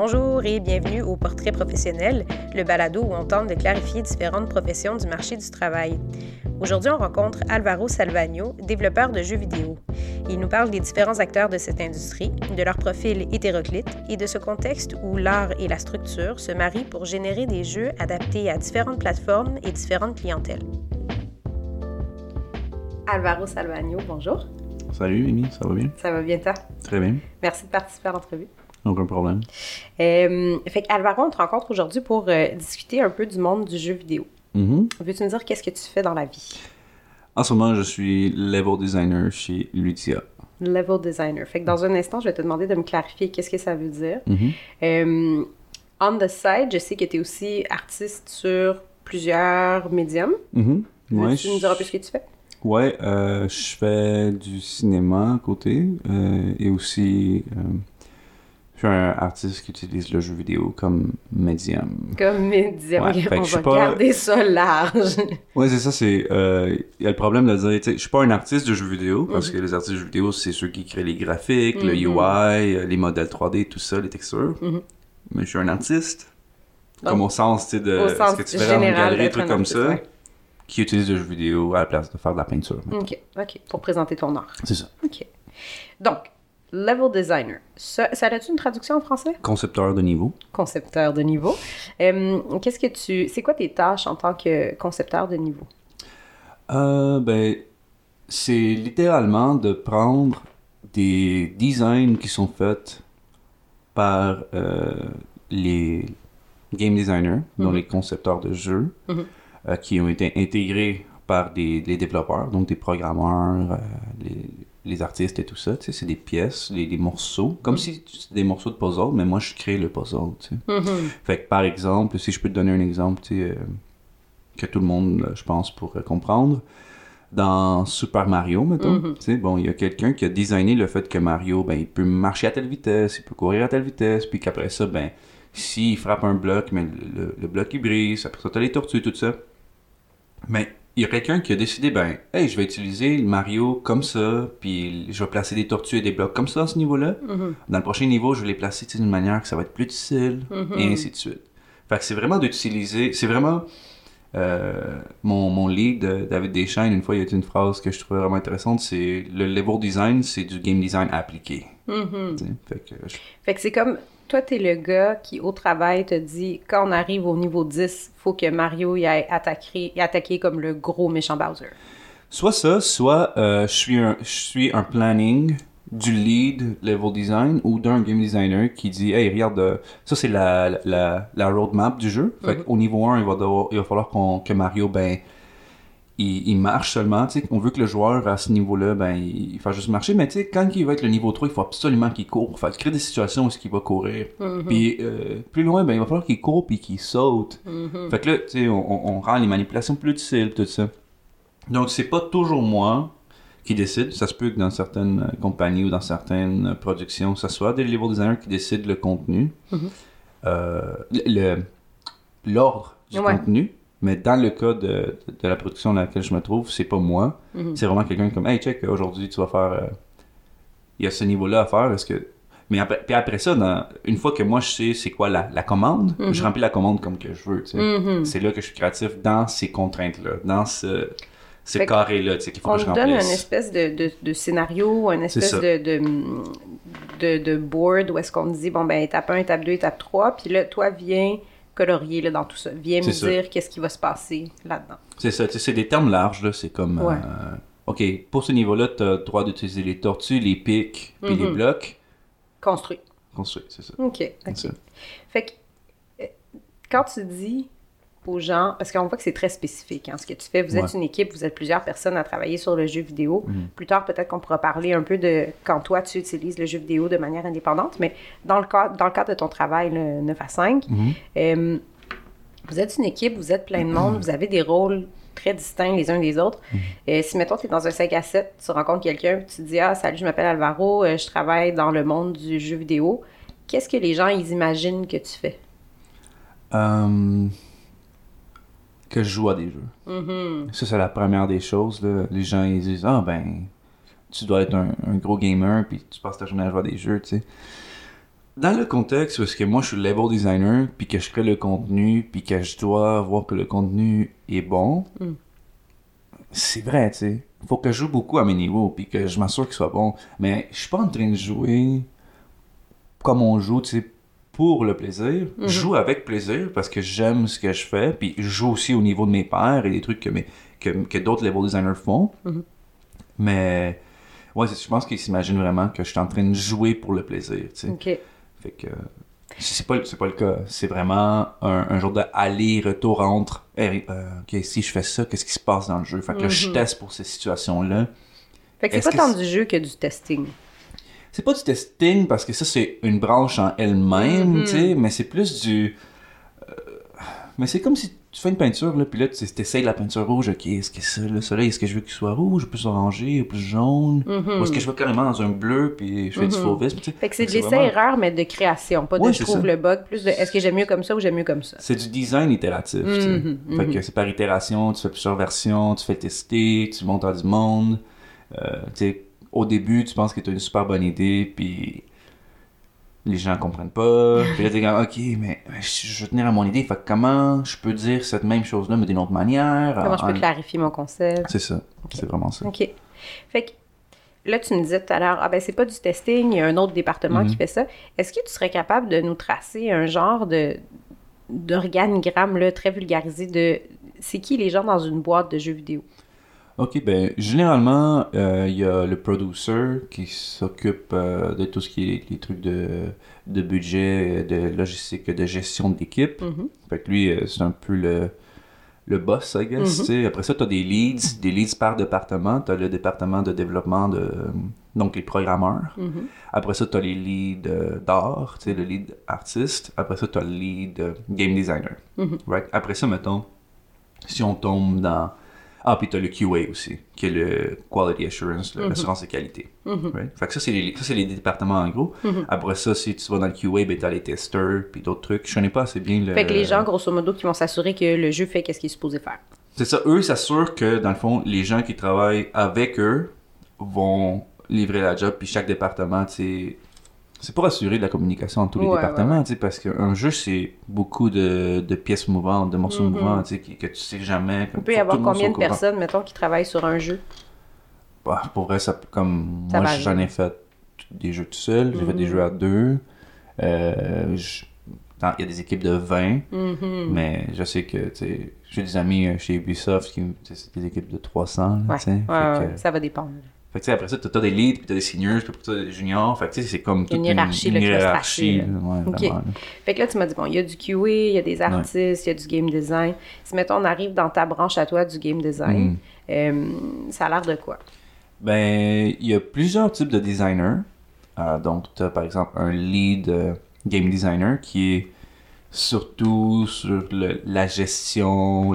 Bonjour et bienvenue au Portrait professionnel, le balado où on tente de clarifier différentes professions du marché du travail. Aujourd'hui, on rencontre Alvaro Salvaño, développeur de jeux vidéo. Il nous parle des différents acteurs de cette industrie, de leur profil hétéroclite et de ce contexte où l'art et la structure se marient pour générer des jeux adaptés à différentes plateformes et différentes clientèles. Alvaro Salvaño, bonjour. Salut Mimi, ça va bien? Ça va bien, toi? Très bien. Merci de participer à l'entrevue. Aucun problème. Fait qu'Alvaro, on te rencontre aujourd'hui pour discuter un peu du monde du jeu vidéo. Veux-tu me dire qu'est-ce que tu fais dans la vie? En ce moment, je suis level designer chez Ludia. Level designer. Fait que dans un instant, je vais te demander de me clarifier qu'est-ce que ça veut dire. On the side, je sais que tu es aussi artiste sur plusieurs médiums. Ouais, Veux-tu me dire un peu ce que tu fais? Ouais, je fais du cinéma à côté et aussi je suis un artiste qui utilise le jeu vidéo comme médium. Comme médium, Ouais, on va garder ça large. Ouais, c'est ça, c'est... Il y a le problème de dire, tu sais, je suis pas un artiste de jeux vidéo, parce que les artistes de jeux vidéo, c'est ceux qui créent les graphiques, le UI, les modèles 3D, tout ça, les textures. Mais je suis un artiste, donc, comme au sens, tu sais, de ce que tu fais dans une galerie, des trucs comme ça, ouais, qui utilise le jeu vidéo à la place de faire de la peinture. OK, pour présenter ton art. C'est ça. OK. Donc, level designer. Ça a-tu une traduction en français? Concepteur de niveau. Concepteur de niveau. C'est quoi tes tâches en tant que concepteur de niveau? C'est littéralement de prendre des designs qui sont faits par les game designers, donc les concepteurs de jeux, qui ont été intégrés par les développeurs, donc des programmeurs, les artistes et tout ça, tu sais, c'est des pièces, des morceaux, comme si c'était des morceaux de puzzle, mais moi je crée le puzzle, tu sais. Fait que par exemple, si je peux te donner un exemple, tu sais, que tout le monde, je pense, pourrait comprendre, dans Super Mario, mettons, tu sais, bon, il y a quelqu'un qui a designé le fait que Mario, ben, il peut marcher à telle vitesse, il peut courir à telle vitesse, puis qu'après ça, ben, s'il frappe un bloc, mais le bloc il brise, après ça t'as les tortues, tout ça. Mais il y a quelqu'un qui a décidé, ben, hey, je vais utiliser le Mario comme ça, puis je vais placer des tortues et des blocs comme ça à ce niveau-là. Dans le prochain niveau, je vais les placer d'une manière que ça va être plus difficile, et ainsi de suite. Fait que c'est vraiment d'utiliser, c'est vraiment mon lead, David Deschênes, une fois, il y a une phrase que je trouvais vraiment intéressante, c'est le level design, c'est du game design appliqué. Fait que c'est comme... Toi, t'es le gars qui, au travail, te dit, quand on arrive au niveau 10, faut que Mario y aille attaquer comme le gros méchant Bowser. Soit ça, soit je suis un planning du lead level design ou d'un game designer qui dit, hey, regarde, ça c'est la roadmap du jeu. Fait qu'au niveau 1, il va falloir que Mario, ben, il marche seulement, tu sais, on veut que le joueur à ce niveau-là, ben, il fasse juste marcher, mais tu sais, quand il va être le niveau 3, il faut absolument qu'il court, faut créer des situations où il va courir. Puis plus loin, ben, il va falloir qu'il court puis qu'il saute. Fait que là, tu sais, on rend les manipulations plus difficiles, tout ça. Donc, c'est pas toujours moi qui décide, ça se peut que dans certaines compagnies ou dans certaines productions, ça soit des level designers qui décident le contenu, l'ordre du contenu. Mais dans le cas de la production dans laquelle je me trouve, c'est pas moi. C'est vraiment quelqu'un comme, hey, check, aujourd'hui, tu vas faire... Il y a ce niveau-là à faire. Mais après ça, une fois que moi, je sais c'est quoi la commande, je remplis la commande comme que je veux. Tu sais. C'est là que je suis créatif dans ces contraintes-là, dans ce carré-là, tu sais, qu'il faut que je remplisse. On te donne une espèce de scénario, une espèce de board où est-ce qu'on te dit, bon, ben, étape 1, étape 2, étape 3, puis là, toi, viens... colorier là, dans tout ça. Viens me dire qu'est-ce qui va se passer là-dedans. C'est ça, c'est des termes larges, là. C'est comme... OK, pour ce niveau-là, tu as le droit d'utiliser les tortues, les pics, puis les blocs. Construit, c'est ça. OK. Ça. Fait que, quand tu dis aux gens, parce qu'on voit que c'est très spécifique, hein, ce que tu fais, vous êtes une équipe, vous êtes plusieurs personnes à travailler sur le jeu vidéo. Plus tard, peut-être qu'on pourra parler un peu de quand toi, tu utilises le jeu vidéo de manière indépendante, mais dans le cadre de ton travail, le 9 à 5, vous êtes une équipe, vous êtes plein de monde, vous avez des rôles très distincts les uns des autres. Si, mettons, tu es dans un 5 à 7, tu rencontres quelqu'un, tu te dis « Ah, salut, je m'appelle Alvaro, je travaille dans le monde du jeu vidéo. » Qu'est-ce que les gens, ils imaginent que tu fais? Que je joue à des jeux. Ça, c'est la première des choses. Là. Les gens, ils disent « Ah, ben, tu dois être un gros gamer, puis tu passes ta journée à jouer à des jeux, tu sais. » Dans le contexte où est-ce que moi je suis level designer, puis que je crée le contenu, puis que je dois voir que le contenu est bon, c'est vrai, tu sais. Faut que je joue beaucoup à mes niveaux, puis que je m'assure qu'il soit bon. Mais je suis pas en train de jouer comme on joue, tu sais, pour le plaisir. Je joue avec plaisir parce que j'aime ce que je fais, puis je joue aussi au niveau de mes pairs et des trucs que d'autres level designers font. Mais ouais, je pense qu'ils s'imaginent vraiment que je suis en train de jouer pour le plaisir, tu sais. OK. Fait que c'est pas le cas. C'est vraiment un genre de aller-retour entre ok, si je fais ça, qu'est-ce qui se passe dans le jeu? Fait que là, je teste pour ces situations-là. Fait que c'est pas tant du jeu que du testing. C'est pas du testing parce que ça, c'est une branche en elle-même, tu sais, mais c'est plus du. Mais c'est comme si tu fais une peinture, là, puis là, tu essayes la peinture rouge, ok, est-ce que ça, le soleil, est-ce que je veux qu'il soit rouge, ou plus orangé, ou plus jaune, ou est-ce que je veux carrément dans un bleu, puis je fais du fauvisme, tu sais. Fait que c'est de l'essai-erreur, mais de création, pas de je trouve le bug, plus de est-ce que j'aime mieux comme ça ou j'aime mieux comme ça. C'est du design itératif, tu sais. Fait que c'est par itération, tu fais plusieurs versions, tu fais tester, tu montes à du monde, tu sais, au début, tu penses que tu as une super bonne idée, puis les gens comprennent pas. Puis là, t'es comme, ok, mais je veux tenir à mon idée. Fait que comment je peux dire cette même chose-là, mais d'une autre manière? Comment je peux clarifier mon concept? C'est ça. Okay. C'est vraiment ça. OK. Fait que là, tu me disais tout à l'heure, ah ben c'est pas du testing, il y a un autre département qui fait ça. Est-ce que tu serais capable de nous tracer un genre d'organigramme là, très vulgarisé de c'est qui les gens dans une boîte de jeux vidéo? Ok, ben généralement, il y a le producer qui s'occupe de tout ce qui est les trucs de budget, de logistique, de gestion de l'équipe. Fait que lui, c'est un peu le boss, I guess. T'sais. Après ça, tu as des leads par département. Tu as le département de développement, donc les programmeurs. Après ça, tu as les leads d'art, le lead artiste. Après ça, tu as le lead game designer. Right? Après ça, mettons, si on tombe dans... Ah, puis t'as le QA aussi, qui est le Quality Assurance, l'assurance de qualité. Right? Fait que ça, c'est les départements en gros. Après ça, si tu vas dans le QA, ben t'as les testeurs, puis d'autres trucs. Je connais pas assez bien le... Fait que les gens, grosso modo, qui vont s'assurer que le jeu fait qu'est-ce qu'il est supposé faire. C'est ça, eux s'assurent que, dans le fond, les gens qui travaillent avec eux vont livrer la job, puis chaque département, tu sais... C'est pour assurer de la communication entre tous les départements, tu sais, parce qu'un jeu, c'est beaucoup de pièces mouvantes, de morceaux mouvants, tu sais, que tu sais jamais. Il peut y avoir combien de personnes, mettons, qui travaillent sur un jeu? Bah, pour vrai, comme moi, j'en ai fait des jeux tout seul, j'ai fait des jeux à 2. Il y a des équipes de 20, mais je sais que, tu sais, j'ai des amis chez Ubisoft qui c'est des équipes de 300, tu sais. Ça va dépendre. Fait que, tu sais, après ça, t'as des leads, puis t'as des seniors, puis t'as des juniors. Fait que, tu sais, c'est comme toute une hiérarchie. Ouais, vraiment. Fait que là, tu m'as dit, bon, il y a du QA, il y a des artistes, il y a du game design. Si, mettons, on arrive dans ta branche à toi du game design, ça a l'air de quoi? Ben, il y a plusieurs types de designers. Donc, t'as, par exemple, un lead game designer qui est surtout sur la gestion,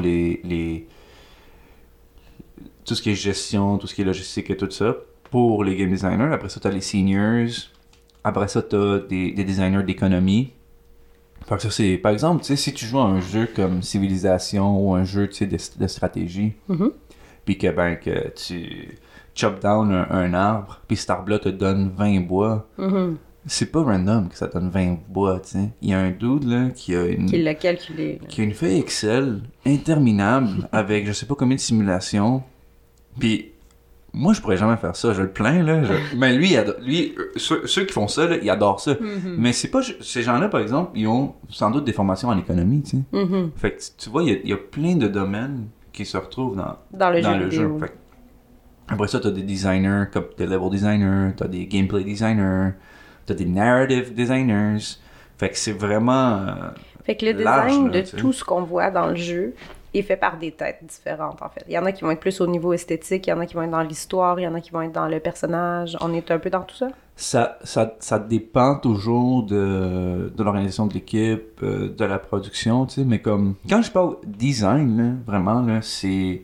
tout ce qui est gestion, tout ce qui est logistique et tout ça, pour les game designers. Après ça, t'as les seniors. Après ça, t'as des designers d'économie. Fait que ça, c'est... Par exemple, tu sais, si tu joues à un jeu comme Civilisation ou un jeu, tu sais, de stratégie, puis que tu chop down un arbre, puis cet arbre-là te donne 20 bois, c'est pas random que ça donne 20 bois, tu sais. Il y a un dude, là, qui l'a calculé. Qui a une feuille Excel interminable avec je sais pas combien de simulations. Puis, moi, je pourrais jamais faire ça. Je le plains, là. Mais lui, ceux qui font ça, là, ils adorent ça. Mais c'est pas... Ces gens-là, par exemple, ils ont sans doute des formations en économie, tu sais. Fait que, tu vois, il y a plein de domaines qui se retrouvent dans le jeu. Fait que, après ça, t'as des designers, comme des level designers, t'as des gameplay designers, t'as des narrative designers. Fait que c'est vraiment... fait que le design de tout ce qu'on voit dans le jeu est fait par des têtes différentes, en fait. Il y en a qui vont être plus au niveau esthétique, il y en a qui vont être dans l'histoire, il y en a qui vont être dans le personnage. On est un peu dans tout ça? Ça dépend toujours de l'organisation de l'équipe, de la production, tu sais, mais comme... Quand je parle design, là, vraiment, là, c'est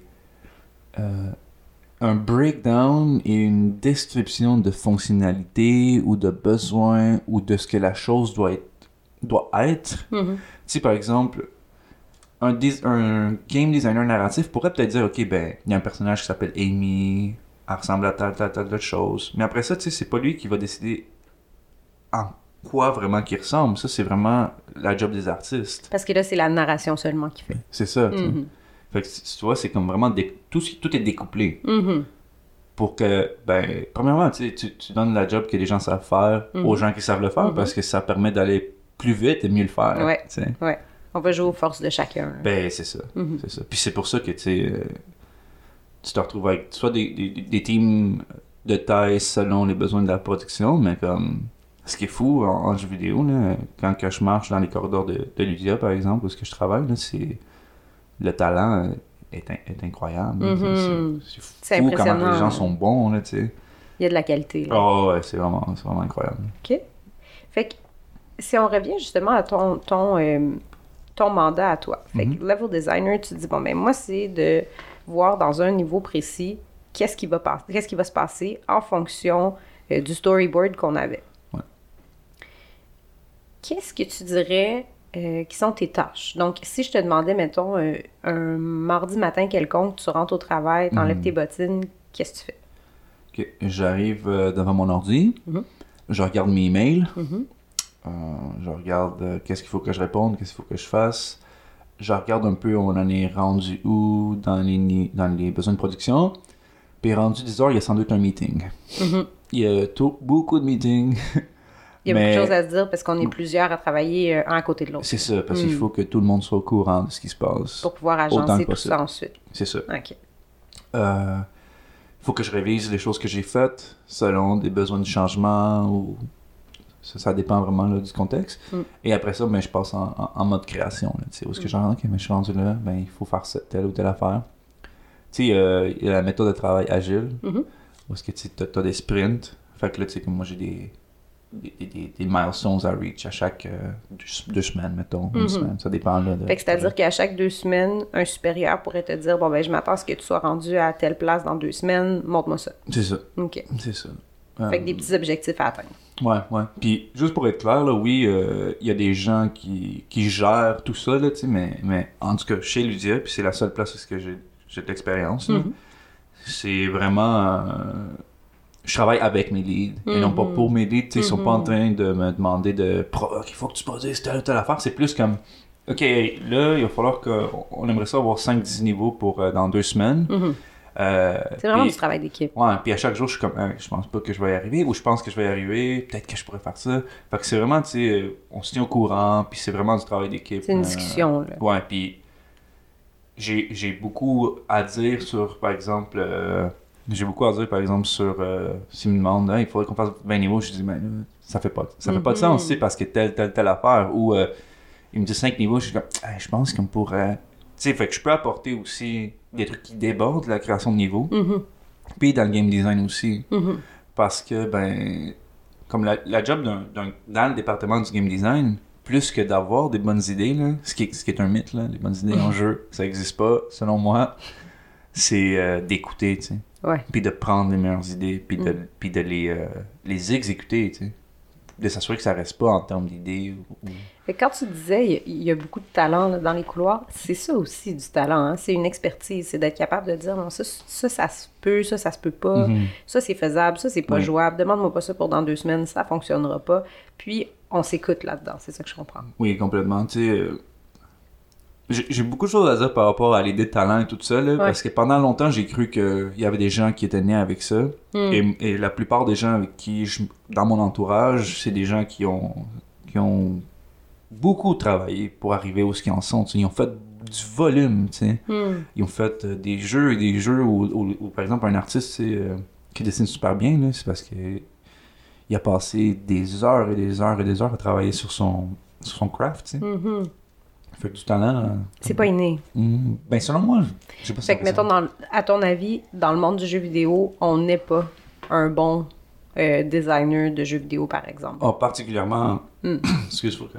un breakdown et une description de fonctionnalité ou de besoin ou de ce que la chose doit être. Tu sais, par exemple... Un game designer narratif pourrait peut-être dire, ok, ben, il y a un personnage qui s'appelle Amy, elle ressemble à telle chose. Mais après ça, tu sais, c'est pas lui qui va décider quoi vraiment qui ressemble. Ça, c'est vraiment la job des artistes. Parce que là, c'est la narration seulement qui fait. C'est ça, tu sais. Fait que, tu vois, c'est comme vraiment... Tout est découplé. Pour que, ben, premièrement, tu donnes la job que les gens savent faire aux gens qui savent le faire parce que ça permet d'aller plus vite et mieux le faire. Ouais, tu sais. ouais. On va jouer aux forces de chacun. Ben, c'est ça. C'est ça. Puis c'est pour ça que, tu sais, tu te retrouves avec soit des teams de taille selon les besoins de la production, mais comme... Ce qui est fou en jeu vidéo, là, quand que je marche dans les corridors de Ludia, par exemple, où est-ce que je travaille, là, c'est... Le talent est incroyable. C'est fou comment les gens sont bons, là, tu sais. Il y a de la qualité, là. Oh, ouais, c'est vraiment incroyable. OK. Fait que, si on revient justement à ton mandat à toi. Fait que level designer, tu te dis, bon, ben moi, c'est de voir dans un niveau précis qu'est-ce qui va se passer en fonction du storyboard qu'on avait. Ouais. Qu'est-ce que tu dirais qui sont tes tâches? Donc, si je te demandais, mettons, un mardi matin quelconque, tu rentres au travail, t'enlèves tes bottines, qu'est-ce que tu fais? OK. J'arrive devant mon ordi, je regarde mes emails, je regarde qu'est-ce qu'il faut que je réponde, qu'est-ce qu'il faut que je fasse. Je regarde un peu on en est rendu où dans les besoins de production. Puis rendu 10h, il y a sans doute un meeting. Il y a beaucoup de meetings. Il y a beaucoup de choses à se dire parce qu'on est plusieurs à travailler un à côté de l'autre. C'est ça, parce qu'il faut que tout le monde soit au courant de ce qui se passe. Pour pouvoir agencer tout ça ensuite. C'est ça. OK. Il faut que je révise les choses que j'ai faites selon des besoins de changement ou... Ça dépend vraiment là, du contexte. Et après ça, ben, je passe en mode création. Là, où est-ce que j'en OK, mais je suis rendu là, ben, il faut faire telle ou telle affaire. Tu sais, il y a la méthode de travail agile, où est-ce que tu as des sprints. Fait que là, tu sais, comme moi, j'ai des milestones à reach à chaque 2 semaines, mettons, une semaine. Ça dépend là. Fait que c'est-à-dire qu'à chaque 2 semaines, un supérieur pourrait te dire, bon, ben, je m'attends à ce que tu sois rendu à telle place dans 2 semaines, montre-moi ça. C'est ça. OK. C'est ça. Fait que des petits objectifs à atteindre. Ouais. Puis, juste pour être clair, là, oui, il y a des gens qui gèrent tout ça, là, tu sais, mais en tout cas, chez Ludia, puis c'est la seule place où j'ai de l'expérience, c'est vraiment... je travaille avec mes leads, et non pas pour mes leads, tu sais, ils sont pas en train de me demander il faut que tu produises telle ou telle affaire, c'est plus comme... OK, là, il va falloir qu'on aimerait ça avoir 5-10 niveaux pour dans 2 semaines. C'est vraiment du travail d'équipe. Ouais, puis à chaque jour, je suis comme, je pense pas que je vais y arriver, ou je pense que je vais y arriver, peut-être que je pourrais faire ça. Fait que c'est vraiment, tu sais, on se tient au courant, puis c'est vraiment du travail d'équipe. C'est une discussion, là. Ouais, puis j'ai beaucoup à dire sur, par exemple, s'il me demande, il faudrait qu'on fasse 20 niveaux, je dis, ben, ça fait pas de sens, tu sais, parce que telle affaire, ou il me dit 5 niveaux, je suis comme, je pense qu'on pourrait... Tu sais, fait que je peux apporter aussi des trucs qui débordent la création de niveau. Puis dans le game design aussi. Parce que, ben, comme la job dans le département du game design, plus que d'avoir des bonnes idées, là, ce qui est un mythe, là, les bonnes idées en jeu, ça n'existe pas, selon moi, c'est d'écouter, tu sais. Ouais. Puis de prendre les meilleures idées, puis de les exécuter, tu sais. De s'assurer que ça reste pas en termes d'idées. Et quand tu disais il y a beaucoup de talent là, dans les couloirs, c'est ça aussi du talent, hein? C'est une expertise, c'est d'être capable de dire non, ça se peut, ça se peut pas, ça c'est faisable, ça c'est pas jouable, demande-moi pas ça pour dans 2 semaines, ça fonctionnera pas. Puis on s'écoute là-dedans, c'est ça que je comprends. Oui, complètement. Tu sais, j'ai beaucoup de choses à dire par rapport à l'idée de talent et tout ça, là, parce que pendant longtemps, j'ai cru qu'il y avait des gens qui étaient nés avec ça. Et la plupart des gens avec qui dans mon entourage, c'est des gens qui ont beaucoup travaillé pour arriver où ils en sont. Ils ont fait du volume, tu sais. Ils ont fait des jeux où, par exemple, un artiste qui dessine super bien, là, c'est parce qu'il a passé des heures et des heures et des heures à travailler sur son craft, tu sais. Fait que du talent... c'est pas inné. Ben, selon moi, j'ai pas ça. Fait que, mettons, à ton avis, dans le monde du jeu vidéo, on n'est pas un bon designer de jeux vidéo, par exemple. Oh, particulièrement... Excuse-moi.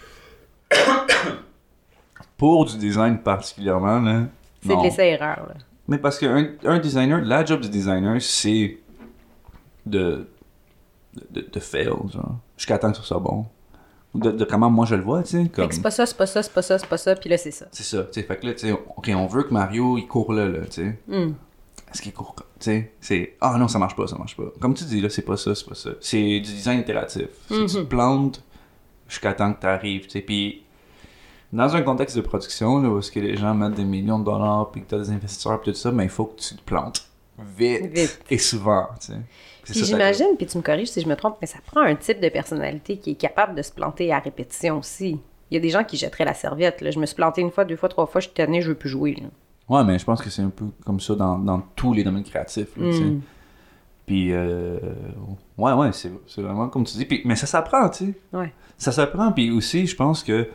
Pour du design particulièrement, là... C'est de l'essai-erreur, là. Mais parce qu'un designer, la job du designer, c'est de fail, genre. Jusqu'à temps que ce soit bon. De comment moi je le vois, tu sais. Comme... Fait que c'est pas ça, c'est pas ça, c'est pas ça, c'est pas ça, puis là c'est ça. C'est ça, tu sais. Fait que là, tu sais, OK, on veut que Mario, il court là, tu sais. Est-ce qu'il court... Tu sais. C'est, ah non, ça marche pas. Comme tu dis, là, c'est pas ça. C'est du design itératif. Tu te plantes jusqu'à temps que t'arrives, tu sais. Puis, dans un contexte de production, là, où est-ce que les gens mettent des millions de dollars, puis que t'as des investisseurs, puis tout ça, ben, il faut que tu te plantes vite. Et souvent, tu sais. Puis j'imagine, puis tu me corriges si je me trompe, mais ça prend un type de personnalité qui est capable de se planter à répétition aussi. Il y a des gens qui jetteraient la serviette. Là. Je me suis planté 1 fois, 2 fois, 3 fois, je suis tannée, je veux plus jouer. Là. Ouais, mais je pense que c'est un peu comme ça dans tous les domaines créatifs. Là, tu sais. Puis, ouais, c'est vraiment comme tu dis. Puis, mais ça s'apprend, tu sais. Ouais. Ça s'apprend. Puis aussi, je pense que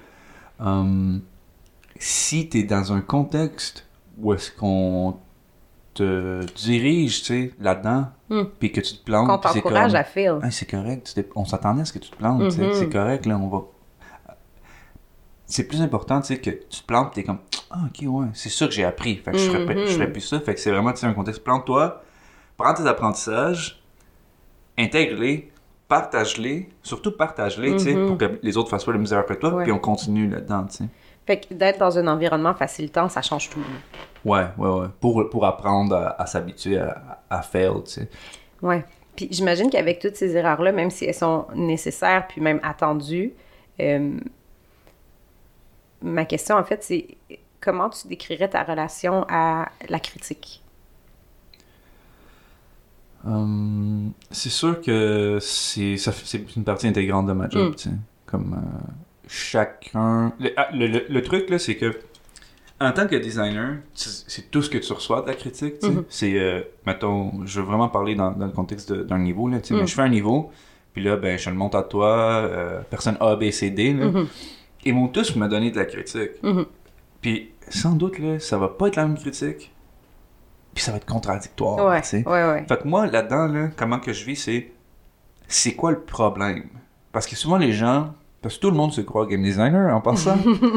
si t'es dans un contexte où est-ce qu'on te dirige, tu sais, là-dedans, puis que tu te plantes. Qu'on t'encourage à faire. Hey, c'est correct. On s'attendait à ce que tu te plantes, tu sais. C'est correct, là, on va... C'est plus important, tu sais, que tu te plantes, t'es comme, ah, ok, ouais, c'est ça que j'ai appris. Fait que je ferais plus ça. Fait que c'est vraiment, tu sais, un contexte. Plante-toi, prends tes apprentissages, intègre-les, partage-les, surtout partage-les, tu sais, pour que les autres fassent pas la misère après toi, puis on continue là-dedans, tu sais. Fait que d'être dans un environnement facilitant, ça change tout. Ouais. Pour apprendre à s'habituer à fail, tu sais. Ouais. Puis j'imagine qu'avec toutes ces erreurs-là, même si elles sont nécessaires puis même attendues, ma question, en fait, c'est comment tu décrirais ta relation à la critique? C'est sûr que c'est une partie intégrante de ma job, tu sais. Comme chacun... Le truc, là, c'est que en tant que designer, c'est tout ce que tu reçois de la critique, tu sais. C'est, mettons, je veux vraiment parler dans le contexte d'un niveau, là, tu sais. Mais je fais un niveau, puis là, ben, je le monte à toi, personne A, B, C, D, là. Ils vont tous me donner de la critique. Puis, sans doute, là, ça va pas être la même critique. Puis ça va être contradictoire, tu sais. Ouais. Fait que moi, là-dedans, là, comment que je vis, c'est quoi le problème? Parce que souvent, les gens, parce que tout le monde se croit game designer en passant,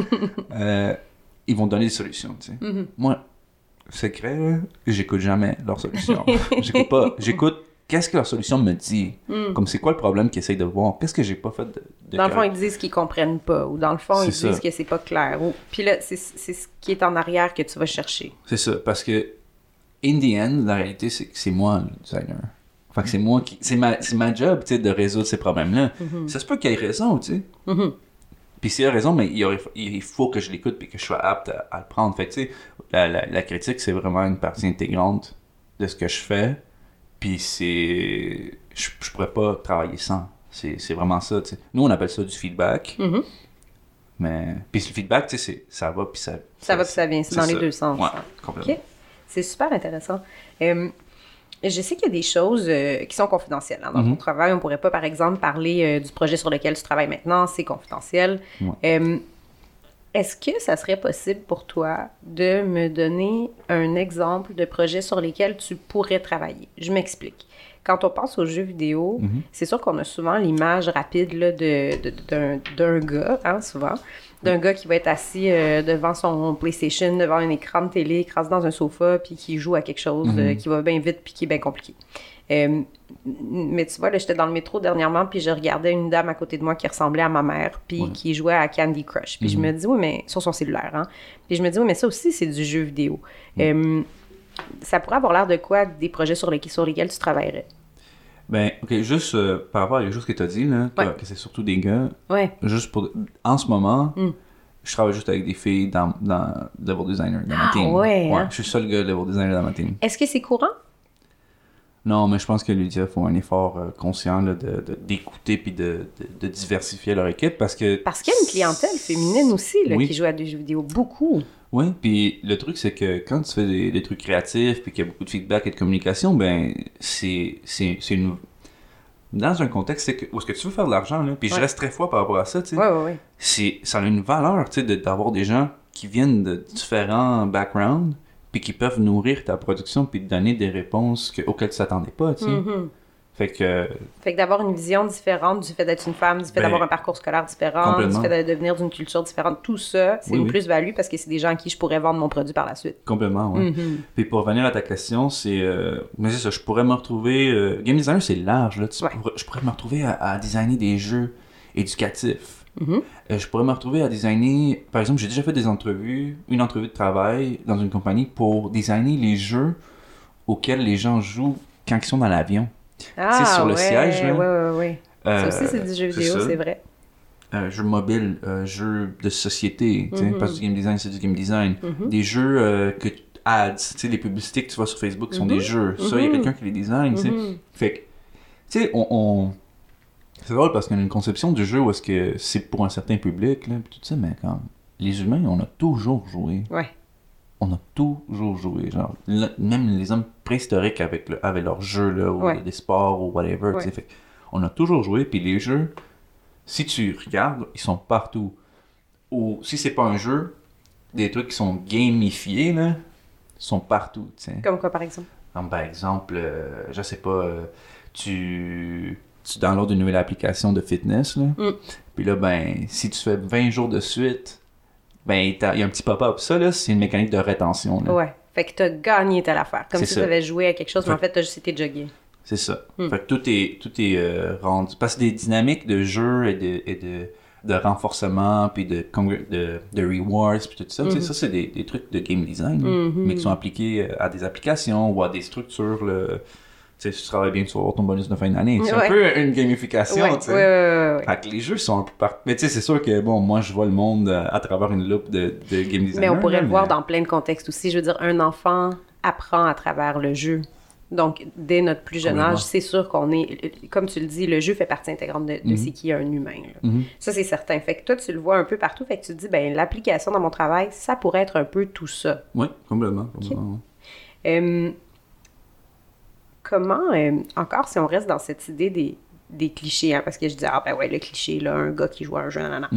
ils vont donner des solutions, tu sais. Moi, secret, là, j'écoute jamais leurs solutions. J'écoute pas. J'écoute qu'est-ce que leur solution me dit. Comme c'est quoi le problème qu'ils essayent de voir. Qu'est-ce que j'ai pas fait de dans le fond, ils disent qu'ils comprennent pas. Ou dans le fond, ils disent que c'est pas clair. Puis là, c'est ce qui est en arrière que tu vas chercher. C'est ça. Parce que, in the end, la réalité, c'est que c'est moi le designer. Fait que c'est moi qui... C'est ma job, tu sais, de résoudre ces problèmes-là. Ça se peut qu'il y ait raison, tu sais. Puis s'il y a raison, mais il faut que je l'écoute et que je sois apte à le prendre. Fait que, tu sais, la critique, c'est vraiment une partie intégrante de ce que je fais. Puis c'est... Je pourrais pas travailler sans. C'est vraiment ça, tu sais. Nous, on appelle ça du feedback. Mais... Puis le feedback, tu sais, ça va puis ça... Ça va puis ça vient. C'est dans les deux sens. Ouais, complètement. OK. C'est super intéressant. Je sais qu'il y a des choses qui sont confidentielles. Hein. Dans ton travail, on pourrait pas, par exemple, parler du projet sur lequel tu travailles maintenant. C'est confidentiel. Est-ce que ça serait possible pour toi de me donner un exemple de projet sur lesquels tu pourrais travailler? Je m'explique. Quand on pense aux jeux vidéo, c'est sûr qu'on a souvent l'image rapide là, d'un gars, hein, souvent, d'un gars qui va être assis devant son PlayStation, devant un écran de télé, écrasé dans un sofa, puis qui joue à quelque chose qui va bien vite puis qui est bien compliqué. Mais tu vois, là, j'étais dans le métro dernièrement, puis je regardais une dame à côté de moi qui ressemblait à ma mère, puis qui jouait à Candy Crush. Puis je me dis, oui, mais sur son cellulaire, hein. Puis je me dis, oui, mais ça aussi, c'est du jeu vidéo. Ça pourrait avoir l'air de quoi, des projets sur lesquels tu travaillerais? Ben, OK, juste par rapport à les choses que tu as dit, là, que c'est surtout des gars, juste pour... En ce moment, je travaille juste avec des filles dans Level Designer, dans ma team. Hein? Je suis le seul gars Level Designer dans ma team. Est-ce que c'est courant? Non, mais je pense que Lydia font un effort conscient là, d'écouter puis de diversifier leur équipe parce que... Parce qu'il y a une clientèle féminine aussi là, qui joue à des jeux vidéo, beaucoup. Oui, puis le truc, c'est que quand tu fais des trucs créatifs puis qu'il y a beaucoup de feedback et de communication, ben, c'est une... Dans un contexte où est-ce que tu veux faire de l'argent, là, puis je reste très fort par rapport à ça, tu sais. Ça a une valeur, tu sais, d'avoir des gens qui viennent de différents backgrounds puis qui peuvent nourrir ta production puis te donner des réponses auxquelles tu t'attendais pas, tu sais. Fait que d'avoir une vision différente du fait d'être une femme, du fait d'avoir un parcours scolaire différent, du fait de venir d'une culture différente, tout ça, c'est une plus-value parce que c'est des gens à qui je pourrais vendre mon produit par la suite. Complètement, oui. Puis pour revenir à ta question, mais c'est ça, je pourrais me retrouver... Game designer, c'est large, là. Je pourrais me retrouver à designer des jeux éducatifs. Je pourrais me retrouver à designer... Par exemple, j'ai déjà fait une entrevue de travail dans une compagnie pour designer les jeux auxquels les gens jouent quand ils sont dans l'avion. Ah, tu sais, sur le siège, là. Ouais. Ça aussi, c'est du jeu vidéo, c'est vrai. Jeux mobiles, jeux de société, tu sais, parce que du game design, c'est du game design. Des jeux que ads, tu sais, les publicités que tu vois sur Facebook sont des jeux. Ça, il y a quelqu'un qui les design, tu sais. Fait que, tu sais, c'est drôle parce qu'on a une conception du jeu où est-ce que c'est pour un certain public, là, pis tout ça, mais quand les humains, on a toujours joué. Ouais. On a toujours joué, genre, même les hommes préhistoriques avec leurs jeux, là, ou des sports, ou whatever, tu sais, fait on a toujours joué, puis les jeux, si tu regardes, ils sont partout. Ou si c'est pas un jeu, des trucs qui sont gamifiés, là, sont partout, tu sais. Comme quoi, par exemple? Comme par exemple, je sais pas, tu downloads une nouvelle application de fitness, là, puis là, ben, si tu fais 20 jours de suite, ben, il y a un petit pop-up. Ça, là, c'est une mécanique de rétention, là. Ouais. Fait que t'as gagné telle affaire. Comme si tu avais joué à quelque chose, mais en fait, t'as juste été jogué. C'est ça. Fait que tout est rendu... Parce que des dynamiques de jeu et de renforcement, puis de rewards, puis tout ça, tu sais, ça, c'est des trucs de game design, mais qui sont appliqués à des applications ou à des structures, là. Tu sais, si tu travailles bien, tu vas avoir ton bonus de fin d'année. C'est un peu une gamification, tu sais. Ouais. Fait que les jeux sont un peu partout. Mais tu sais, c'est sûr que, bon, moi, je vois le monde à travers une loupe de game designer. Mais on pourrait le voir dans plein de contextes aussi. Je veux dire, un enfant apprend à travers le jeu. Donc, dès notre plus jeune âge, c'est sûr qu'on est... Comme tu le dis, le jeu fait partie intégrante de c'est qui est un humain. Ça, c'est certain. Fait que toi, tu le vois un peu partout. Fait que tu te dis, ben l'application dans mon travail, ça pourrait être un peu tout ça. Oui, complètement. Okay. Comment, encore si on reste dans cette idée des clichés, hein, parce que je dis, ah ben ouais, le cliché, là, un gars qui joue à un jeu, nanana.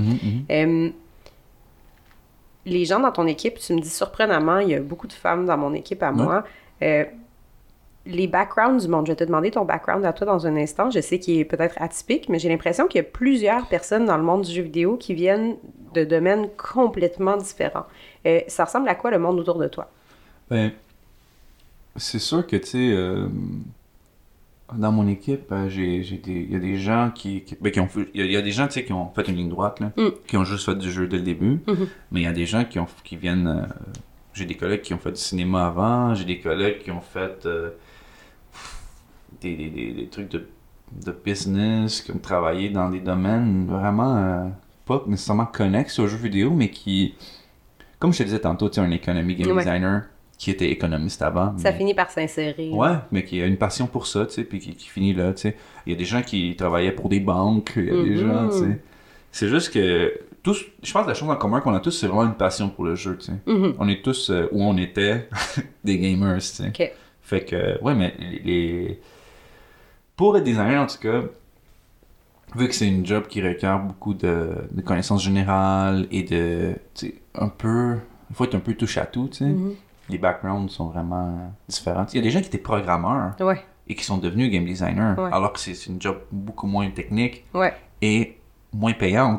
Les gens dans ton équipe, tu me dis surprenamment, il y a beaucoup de femmes dans mon équipe à moi. Les backgrounds du monde, je vais te demander ton background à toi dans un instant. Je sais qu'il est peut-être atypique, mais j'ai l'impression qu'il y a plusieurs personnes dans le monde du jeu vidéo qui viennent de domaines complètement différents. Ça ressemble à quoi le monde autour de toi? Ben, c'est sûr que, tu sais, dans mon équipe, il y a des gens qui ont fait, il y a des gens, tu sais, qui ont fait une ligne droite, là, qui ont juste fait du jeu dès le début, mais il y a des gens qui viennent, j'ai des collègues qui ont fait du cinéma avant, j'ai des collègues qui ont fait des trucs de business, qui ont travaillé dans des domaines vraiment pas nécessairement connexes aux jeux vidéo, mais qui, comme je te disais tantôt, tu sais, un économie game designer, qui était économiste avant. Ça finit par s'insérer. Ouais, mais qui a une passion pour ça, tu sais, puis qui finit là, tu sais. Il y a des gens qui travaillaient pour des banques, il y a des gens, tu sais. C'est juste que, tous, je pense que la chose en commun qu'on a tous, c'est vraiment une passion pour le jeu, tu sais. On est tous, où on était, des gamers, tu sais. Okay. Fait que, ouais, mais pour être designer, en tout cas, vu que c'est une job qui requiert beaucoup de connaissances générales et de, tu sais, il faut être un peu touche à tout, tu sais. Les backgrounds sont vraiment différents. Il y a des gens qui étaient programmeurs et qui sont devenus game designers, alors que c'est une job beaucoup moins technique et moins payante.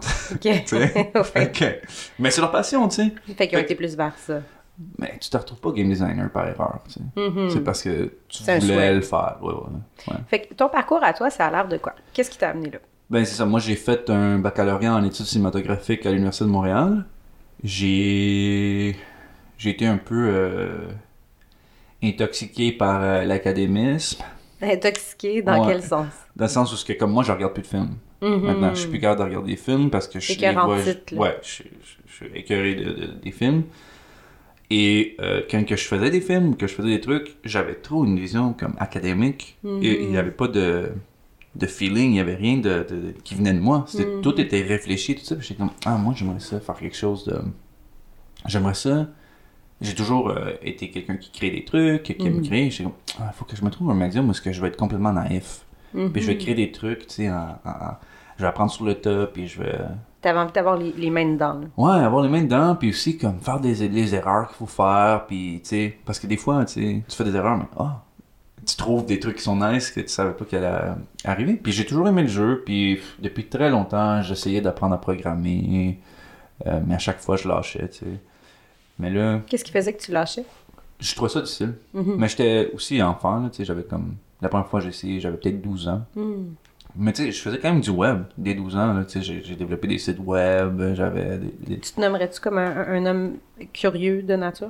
Mais c'est leur passion, tu sais. Fait qu'ils ont été plus vers ça. Mais tu te retrouves pas game designer par erreur, tu sais. C'est parce que tu voulais le faire. Ouais. Fait que ton parcours à toi, ça a l'air de quoi? Qu'est-ce qui t'a amené là? Ben c'est ça. Moi, j'ai fait un baccalauréat en études cinématographiques à l'Université de Montréal. J'ai été un peu intoxiqué par l'académisme. Intoxiqué dans quel sens? Dans le sens où, comme moi, je regarde plus de films. Maintenant, je suis plus capable de regarder des films parce que je suis écœuré des films. Et quand que je faisais des films, que je faisais des trucs, j'avais trop une vision comme académique. Et il n'y avait pas de feeling, il n'y avait rien qui venait de moi. Tout était réfléchi, tout ça. Puis j'étais comme, moi, j'aimerais ça faire quelque chose de... J'aimerais ça. J'ai toujours été quelqu'un qui crée des trucs, qui aime créer. J'étais comme, faut que je me trouve un médium où je vais être complètement naïf. Puis je vais créer des trucs, tu sais, je vais apprendre sur le tas, puis je vais... T'avais envie d'avoir les mains dedans, là. Ouais, avoir les mains dedans, puis aussi comme faire les erreurs qu'il faut faire, puis tu sais, parce que des fois, tu sais, tu fais des erreurs, mais tu trouves des trucs qui sont nice que tu savais pas qu'elle allait arriver. Puis j'ai toujours aimé le jeu, puis depuis très longtemps, j'essayais d'apprendre à programmer, mais à chaque fois, je lâchais, tu sais. Mais là... Qu'est-ce qui faisait que tu lâchais? Je trouvais ça difficile. Mais j'étais aussi enfant, là, tu sais, j'avais comme... La première fois que j'ai essayé, j'avais peut-être 12 ans. Mais tu sais, je faisais quand même du web dès 12 ans. Tu sais, j'ai développé des sites web, j'avais des... Tu te nommerais-tu comme un homme curieux de nature?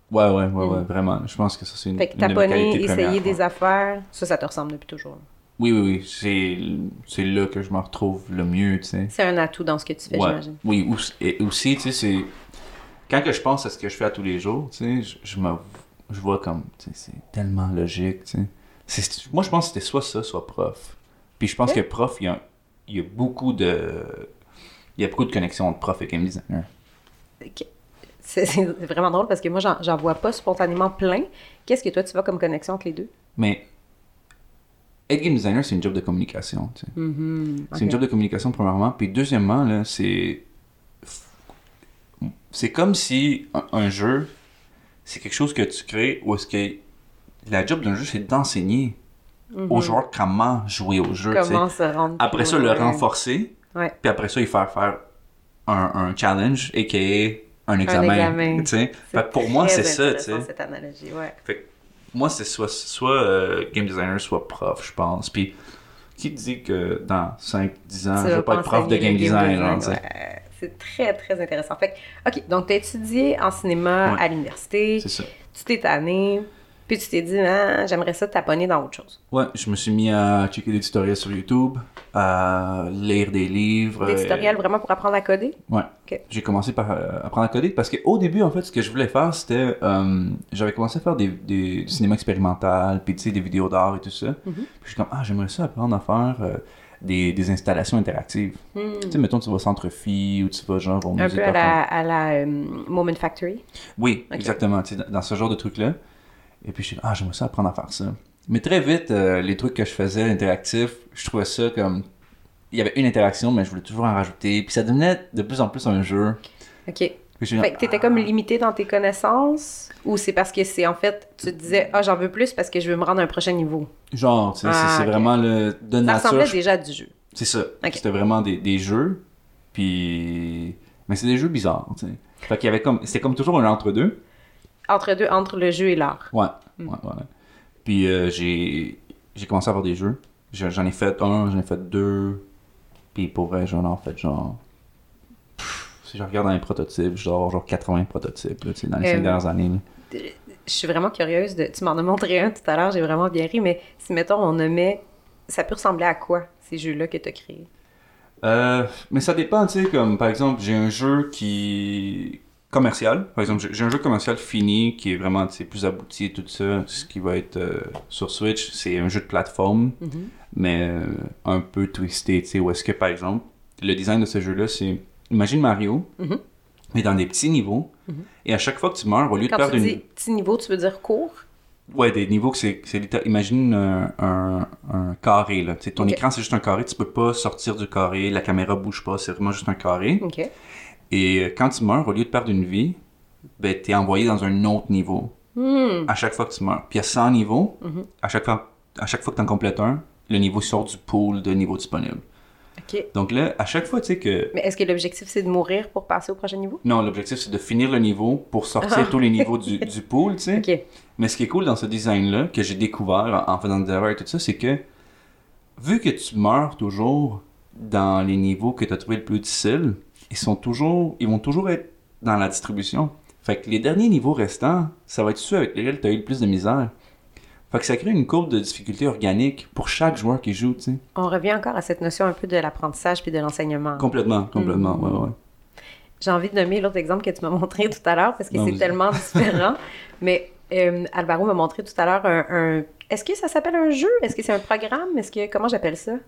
Ouais, vraiment. Je pense que ça, c'est une Fait que de mes taponner, qualités essayer premières. des affaires, ça te ressemble depuis toujours. Oui. C'est là que je me retrouve le mieux, tu sais. C'est un atout dans ce que tu fais, j'imagine. Oui, et aussi, tu sais, c'est... Quand que je pense à ce que je fais à tous les jours, tu sais, je vois comme, tu sais, c'est tellement logique, tu sais. Moi, je pense que c'était soit ça, soit prof. Puis je pense que prof, il y a beaucoup de... Il y a beaucoup de connexions entre prof et game designer. Ok. C'est vraiment drôle parce que moi, j'en vois pas spontanément plein. Qu'est-ce que toi, tu vois comme connexion entre les deux? Mais être game designer, c'est une job de communication, tu sais. C'est une job de communication, premièrement. Puis deuxièmement, là, c'est comme si un jeu, c'est quelque chose que tu crées où est-ce que la job d'un jeu, c'est d'enseigner aux joueurs comment jouer au jeu. Comment se rendre. Après ça, le renforcer. Ouais. Puis après ça, il faire un challenge, a.k.a. un examen. Tu sais. Fait que pour moi, c'est ça. Tu sais. Cette analogie, ouais. Fait que moi, c'est soit game designer, soit prof, je pense. Puis qui dit que dans 5-10 ans, je vais pas être prof de game design? Ouais. C'est très, très intéressant. Fait que, OK, donc tu as étudié en cinéma à l'université. C'est ça. Tu t'es tanné, puis tu t'es dit, ah, j'aimerais ça t'abonner dans autre chose. Ouais, je me suis mis à checker des tutoriels sur YouTube, à lire des livres. Des tutoriels vraiment pour apprendre à coder? Ouais. Okay. J'ai commencé par apprendre à coder parce qu'au début, en fait, ce que je voulais faire, c'était... j'avais commencé à faire du cinéma expérimental, puis tu sais, des vidéos d'art et tout ça. Puis je suis comme, j'aimerais ça apprendre à faire... des installations interactives. Tu sais, mettons, tu vas au Centre Phi ou tu vas genre au musée. Un peu à la Moment Factory? Oui, exactement, tu sais, dans ce genre de trucs-là. Et puis je suis j'aimerais ça apprendre à faire ça. Mais très vite, les trucs que je faisais interactifs, je trouvais ça comme... Il y avait une interaction, mais je voulais toujours en rajouter. Puis ça devenait de plus en plus un jeu. OK. Fait que t'étais comme limité dans tes connaissances? Ou c'est parce que c'est en fait, tu te disais, j'en veux plus parce que je veux me rendre à un prochain niveau? Genre, tu sais, c'est vraiment le... De nature, ça ressemblait déjà à du jeu. C'est ça. Okay. C'était vraiment des jeux. Puis... Mais c'est des jeux bizarres, tu sais. Fait qu'il y avait comme... C'était comme toujours un entre-deux. Entre le jeu et l'art. Ouais. Puis j'ai commencé à avoir des jeux. J'en ai fait un, j'en ai fait deux. Puis pour vrai, j'en ai fait genre... Si je regarde dans les prototypes, genre 80 prototypes là, dans les 5 dernières années. Là. Je suis vraiment curieuse de... Tu m'en as montré un tout à l'heure, j'ai vraiment bien ri, mais si, mettons, on nommait... Ça peut ressembler à quoi, ces jeux-là que tu as créés? Mais ça dépend, tu sais, comme par exemple, j'ai un jeu qui... commercial. Par exemple, j'ai un jeu commercial fini qui est vraiment plus abouti et tout ça. Ce qui va être sur Switch, c'est un jeu de plateforme, mais un peu twisté, tu sais, où est-ce que, par exemple, le design de ce jeu-là, c'est... Imagine Mario, mais dans des petits niveaux, et à chaque fois que tu meurs, au lieu de perdre une... Quand tu dis petits niveaux, tu veux dire court? Ouais, des niveaux que c'est imagine un carré, là. T'sais, ton écran, c'est juste un carré, tu peux pas sortir du carré, la caméra bouge pas, c'est vraiment juste un carré. OK. Et quand tu meurs, au lieu de perdre une vie, ben, t'es envoyé dans un autre niveau. À chaque fois que tu meurs. Puis il y a 100 niveaux. À chaque fois que t'en complètes un, le niveau sort du pool de niveaux disponibles. OK. Donc là, à chaque fois, tu sais que... Mais est-ce que l'objectif, c'est de mourir pour passer au prochain niveau? Non, l'objectif, c'est de finir le niveau pour sortir tous les niveaux du pool, tu sais. OK. Mais ce qui est cool dans ce design-là, que j'ai découvert en faisant des erreurs et tout ça, c'est que vu que tu meurs toujours dans les niveaux que tu as trouvé le plus difficile, ils vont toujours être dans la distribution. Fait que les derniers niveaux restants, ça va être ceux avec lesquels tu as eu le plus de misère. Fait que ça crée une courbe de difficulté organique pour chaque joueur qui joue, tu sais. On revient encore à cette notion un peu de l'apprentissage puis de l'enseignement. Complètement, ouais. J'ai envie de nommer l'autre exemple que tu m'as montré tout à l'heure parce que c'est tellement différent. Mais Alvaro m'a montré tout à l'heure un... Est-ce que ça s'appelle un jeu? Est-ce que c'est un programme? Comment j'appelle ça?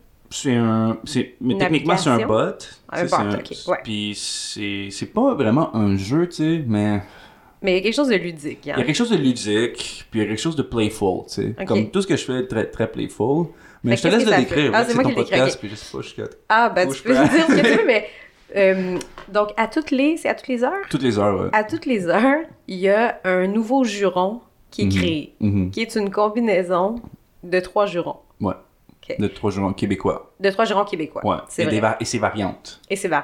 Mais techniquement, c'est un bot. Un bot, OK. Ouais. Puis c'est pas vraiment un jeu, tu sais, mais... Mais il y a quelque chose de ludique. Hein? Il y a quelque chose de ludique, puis il y a quelque chose de playful, tu sais. Okay. Comme tout ce que je fais est très, très playful. Mais je te laisse le décrire. C'est moi qui l'ai décrit. Puis je sais pas, tu peux dire ce que tu veux, mais... donc, c'est à toutes les heures? Toutes les heures, ouais. À toutes les heures, il y a un nouveau juron qui est créé, qui est une combinaison de 3 jurons. Ouais. Okay. De 3 jurons québécois. De 3 jurons québécois. Ouais. Et ses variantes.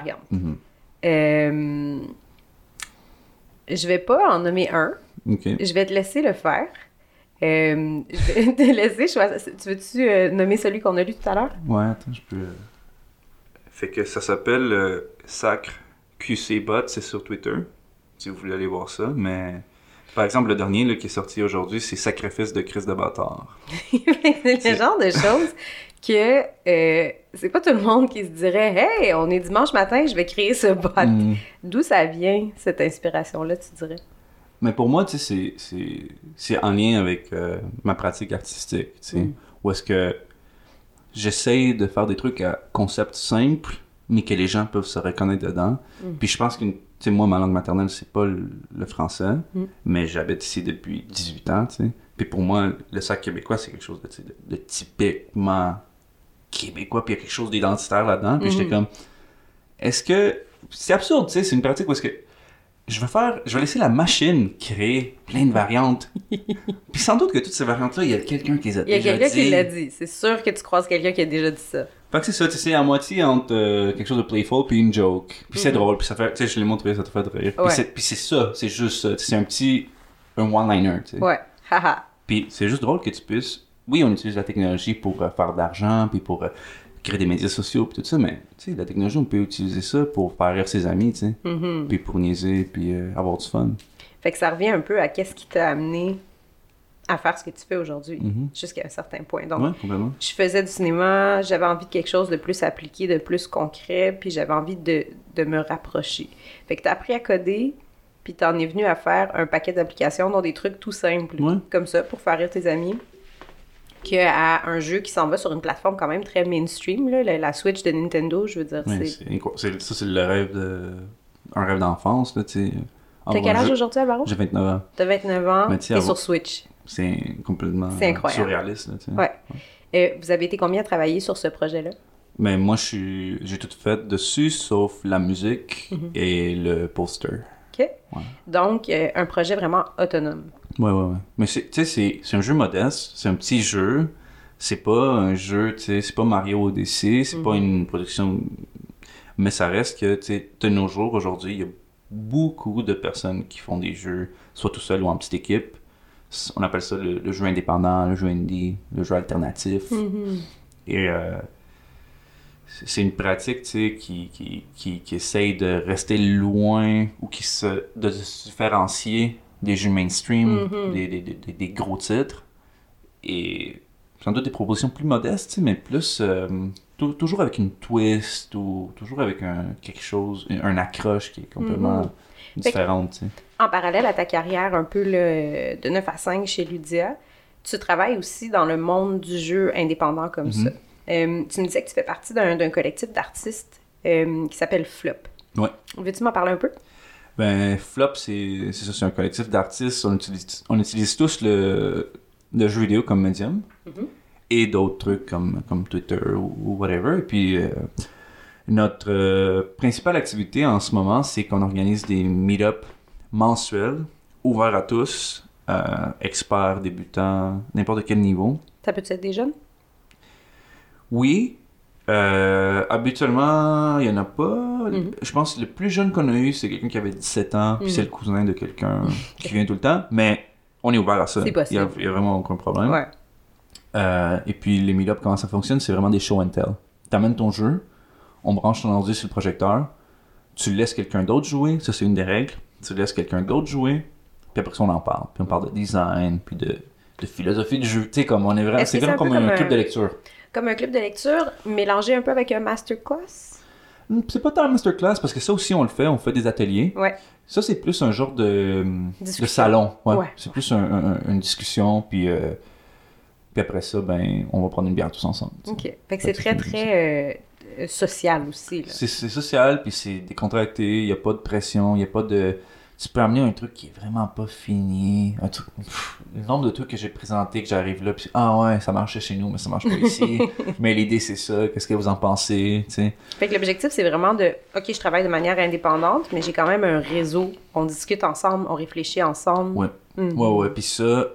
Je vais pas en nommer un. Okay. Je vais te laisser le faire. Je vais te laisser choisir. Tu veux-tu nommer celui qu'on a lu tout à l'heure? Ouais, attends, je peux... Fait que ça s'appelle Sacre QC Bot, c'est sur Twitter, si vous voulez aller voir ça, mais... Par exemple, le dernier là, qui est sorti aujourd'hui, c'est Sacrifice de Christ de bâtard. C'est le genre de choses que c'est pas tout le monde qui se dirait « Hey, on est dimanche matin, je vais créer ce bot. D'où ça vient, cette inspiration-là, tu dirais? Mais pour moi, tu sais, c'est en lien avec ma pratique artistique, tu sais, où est-ce que j'essaie de faire des trucs à concept simple, mais que les gens peuvent se reconnaître dedans. Puis je pense que, tu sais, moi, ma langue maternelle, c'est pas le français, mais j'habite ici depuis 18 ans, tu sais. Puis pour moi, le sac québécois, c'est quelque chose de typiquement québécois, puis il y a quelque chose d'identitaire là-dedans. Puis j'étais comme, est-ce que... C'est absurde, tu sais, c'est une pratique où est-ce que je vais laisser la machine créer plein de variantes. Puis sans doute que toutes ces variantes-là, il y a quelqu'un qui les a déjà dit. Il y a quelqu'un qui l'a dit. C'est sûr que tu croises quelqu'un qui a déjà dit ça. Fait que c'est ça, tu sais, à moitié entre quelque chose de playful puis une joke. Puis c'est drôle, puis ça fait, tu sais, je l'ai montré, ça te fait rire. Ouais. Puis c'est ça, c'est juste ça. C'est un one-liner, tu sais. Ouais, haha. Puis c'est juste drôle que tu puisses... Oui, on utilise la technologie pour faire de l'argent, puis pour créer des médias sociaux, puis tout ça, mais tu sais, la technologie, on peut utiliser ça pour faire rire ses amis, tu sais. Puis pour niaiser, puis avoir du fun. Fait que ça revient un peu à qu'est-ce qui t'a amené à faire ce que tu fais aujourd'hui, jusqu'à un certain point. Donc, ouais, complètement. Je faisais du cinéma, j'avais envie de quelque chose de plus appliqué, de plus concret, puis j'avais envie de me rapprocher. Fait que t'as appris à coder, puis t'en es venu à faire un paquet d'applications, dont des trucs tout simples, comme ça, pour faire rire tes amis, qu'à un jeu qui s'en va sur une plateforme quand même très mainstream, là, la Switch de Nintendo, je veux dire. Ouais, c'est le rêve un rêve d'enfance, là, tu sais. T'as quel âge aujourd'hui, Alvaro? J'ai 29 ans. T'as 29 ans, t'es sur Switch. C'est complètement surréaliste, là, tu sais. Ouais. Vous avez été combien à travailler sur ce projet-là? Mais moi, j'ai tout fait dessus, sauf la musique et le poster. OK. Ouais. Donc, un projet vraiment autonome. Ouais. Mais tu sais, c'est un jeu modeste, c'est un petit jeu. C'est pas un jeu, tu sais, c'est pas Mario Odyssey, c'est pas une production... Mais ça reste que, tu sais, de nos jours, aujourd'hui, il y a beaucoup de personnes qui font des jeux, soit tout seul ou en petite équipe. On appelle ça le jeu indépendant, le jeu indie, le jeu alternatif. Et c'est une pratique, tu sais, qui essaye de rester loin ou de se différencier des jeux mainstream, des gros titres. Et sans doute des propositions plus modestes, tu sais, mais plus... toujours avec une twist ou toujours avec quelque chose, un accroche qui est complètement différente, tu sais. En parallèle à ta carrière un peu de 9 à 5 chez Ludia, tu travailles aussi dans le monde du jeu indépendant comme ça. Tu me disais que tu fais partie d'un collectif d'artistes qui s'appelle Flop. Ouais. Veux-tu m'en parler un peu? Ben, Flop, c'est ça, c'est un collectif d'artistes. On utilise tous le jeu vidéo comme médium et d'autres trucs comme Twitter ou whatever. Et puis, notre principale activité en ce moment, c'est qu'on organise des meet-ups mensuels, ouverts à tous, experts, débutants, n'importe quel niveau. Ça peut être des jeunes? Oui. Habituellement, il n'y en a pas. Je pense que le plus jeune qu'on a eu, c'est quelqu'un qui avait 17 ans, puis c'est le cousin de quelqu'un qui vient tout le temps. Mais on est ouvert à ça. C'est possible. Il y a vraiment aucun problème. Ouais. Et puis les meet-ups, comment ça fonctionne, c'est vraiment des show and tell. T'amènes ton jeu, on branche ton ordi sur le projecteur, tu laisses quelqu'un d'autre jouer, ça c'est une des règles. Tu laisses quelqu'un d'autre jouer, puis après ça on en parle. Puis on parle de design, puis de philosophie du jeu. Tu sais, comme on est vraiment... C'est vraiment comme un club de lecture. Comme un club de lecture, mélangé un peu avec un masterclass? C'est pas tant un masterclass, parce que ça aussi on fait des ateliers. Ouais. Ça c'est plus un genre de salon. Ouais. C'est plus une discussion, puis après ça, ben, on va prendre une bière tous ensemble. T'sais. OK. Fait que c'est très social aussi. Là. C'est social, puis c'est décontracté, il n'y a pas de pression, il n'y a pas de... Tu peux amener un truc qui est vraiment pas fini. Le nombre de trucs que j'ai présentés, que j'arrive là, puis ah ouais, ça marchait chez nous, mais ça marche pas ici. Mais l'idée, c'est ça. Qu'est-ce que vous en pensez, tu sais? Fait que l'objectif, c'est vraiment OK, je travaille de manière indépendante, mais j'ai quand même un réseau. On discute ensemble, on réfléchit ensemble. Ouais. Ouais. Puis ça,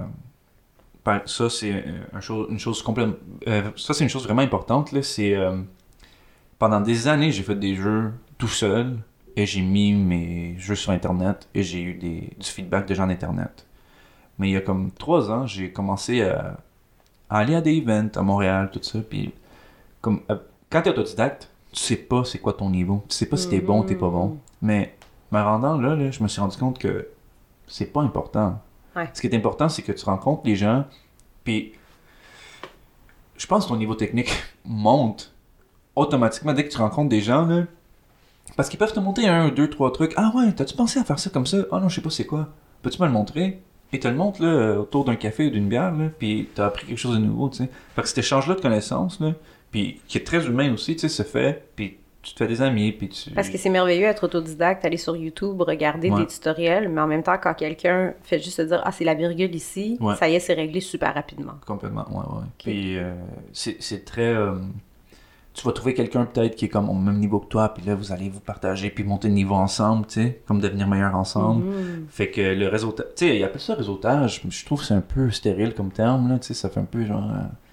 c'est une chose complètement... ça, c'est une chose vraiment importante, là. C'est... pendant des années, j'ai fait des jeux tout seul. Et j'ai mis mes jeux sur Internet et j'ai eu du feedback de gens d'Internet. Mais il y a comme 3 ans, j'ai commencé à aller à des events à Montréal, tout ça. Puis, quand t'es autodidacte, tu sais pas c'est quoi ton niveau. Tu sais pas si t'es bon ou t'es pas bon. Mais me rendant là, je me suis rendu compte que c'est pas important. Ouais. Ce qui est important, c'est que tu rencontres les gens, puis je pense que ton niveau technique monte automatiquement dès que tu rencontres des gens, là, parce qu'ils peuvent te montrer 1, 2, 3 trucs. Ah ouais, t'as-tu pensé à faire ça comme ça? Ah non, je sais pas c'est quoi. Peux-tu me le montrer? Et te le montre là, autour d'un café ou d'une bière, là, puis t'as appris quelque chose de nouveau, tu sais. Fait que cet échange-là de connaissances, là, puis qui est très humain aussi, tu sais, se fait, puis tu te fais des amis, puis tu... Parce que c'est merveilleux être autodidacte, aller sur YouTube, regarder des tutoriels, mais en même temps, quand quelqu'un fait juste se dire « Ah, c'est la virgule ici ça y est, c'est réglé super rapidement. Complètement, ouais. Okay. Puis c'est très... tu vas trouver quelqu'un peut-être qui est comme au même niveau que toi, puis là, vous allez vous partager, puis monter de niveau ensemble, tu sais, comme devenir meilleur ensemble. Fait que le réseautage... Tu sais, il appelle ça réseautage, je trouve que c'est un peu stérile comme terme, là, tu sais, ça fait un peu genre...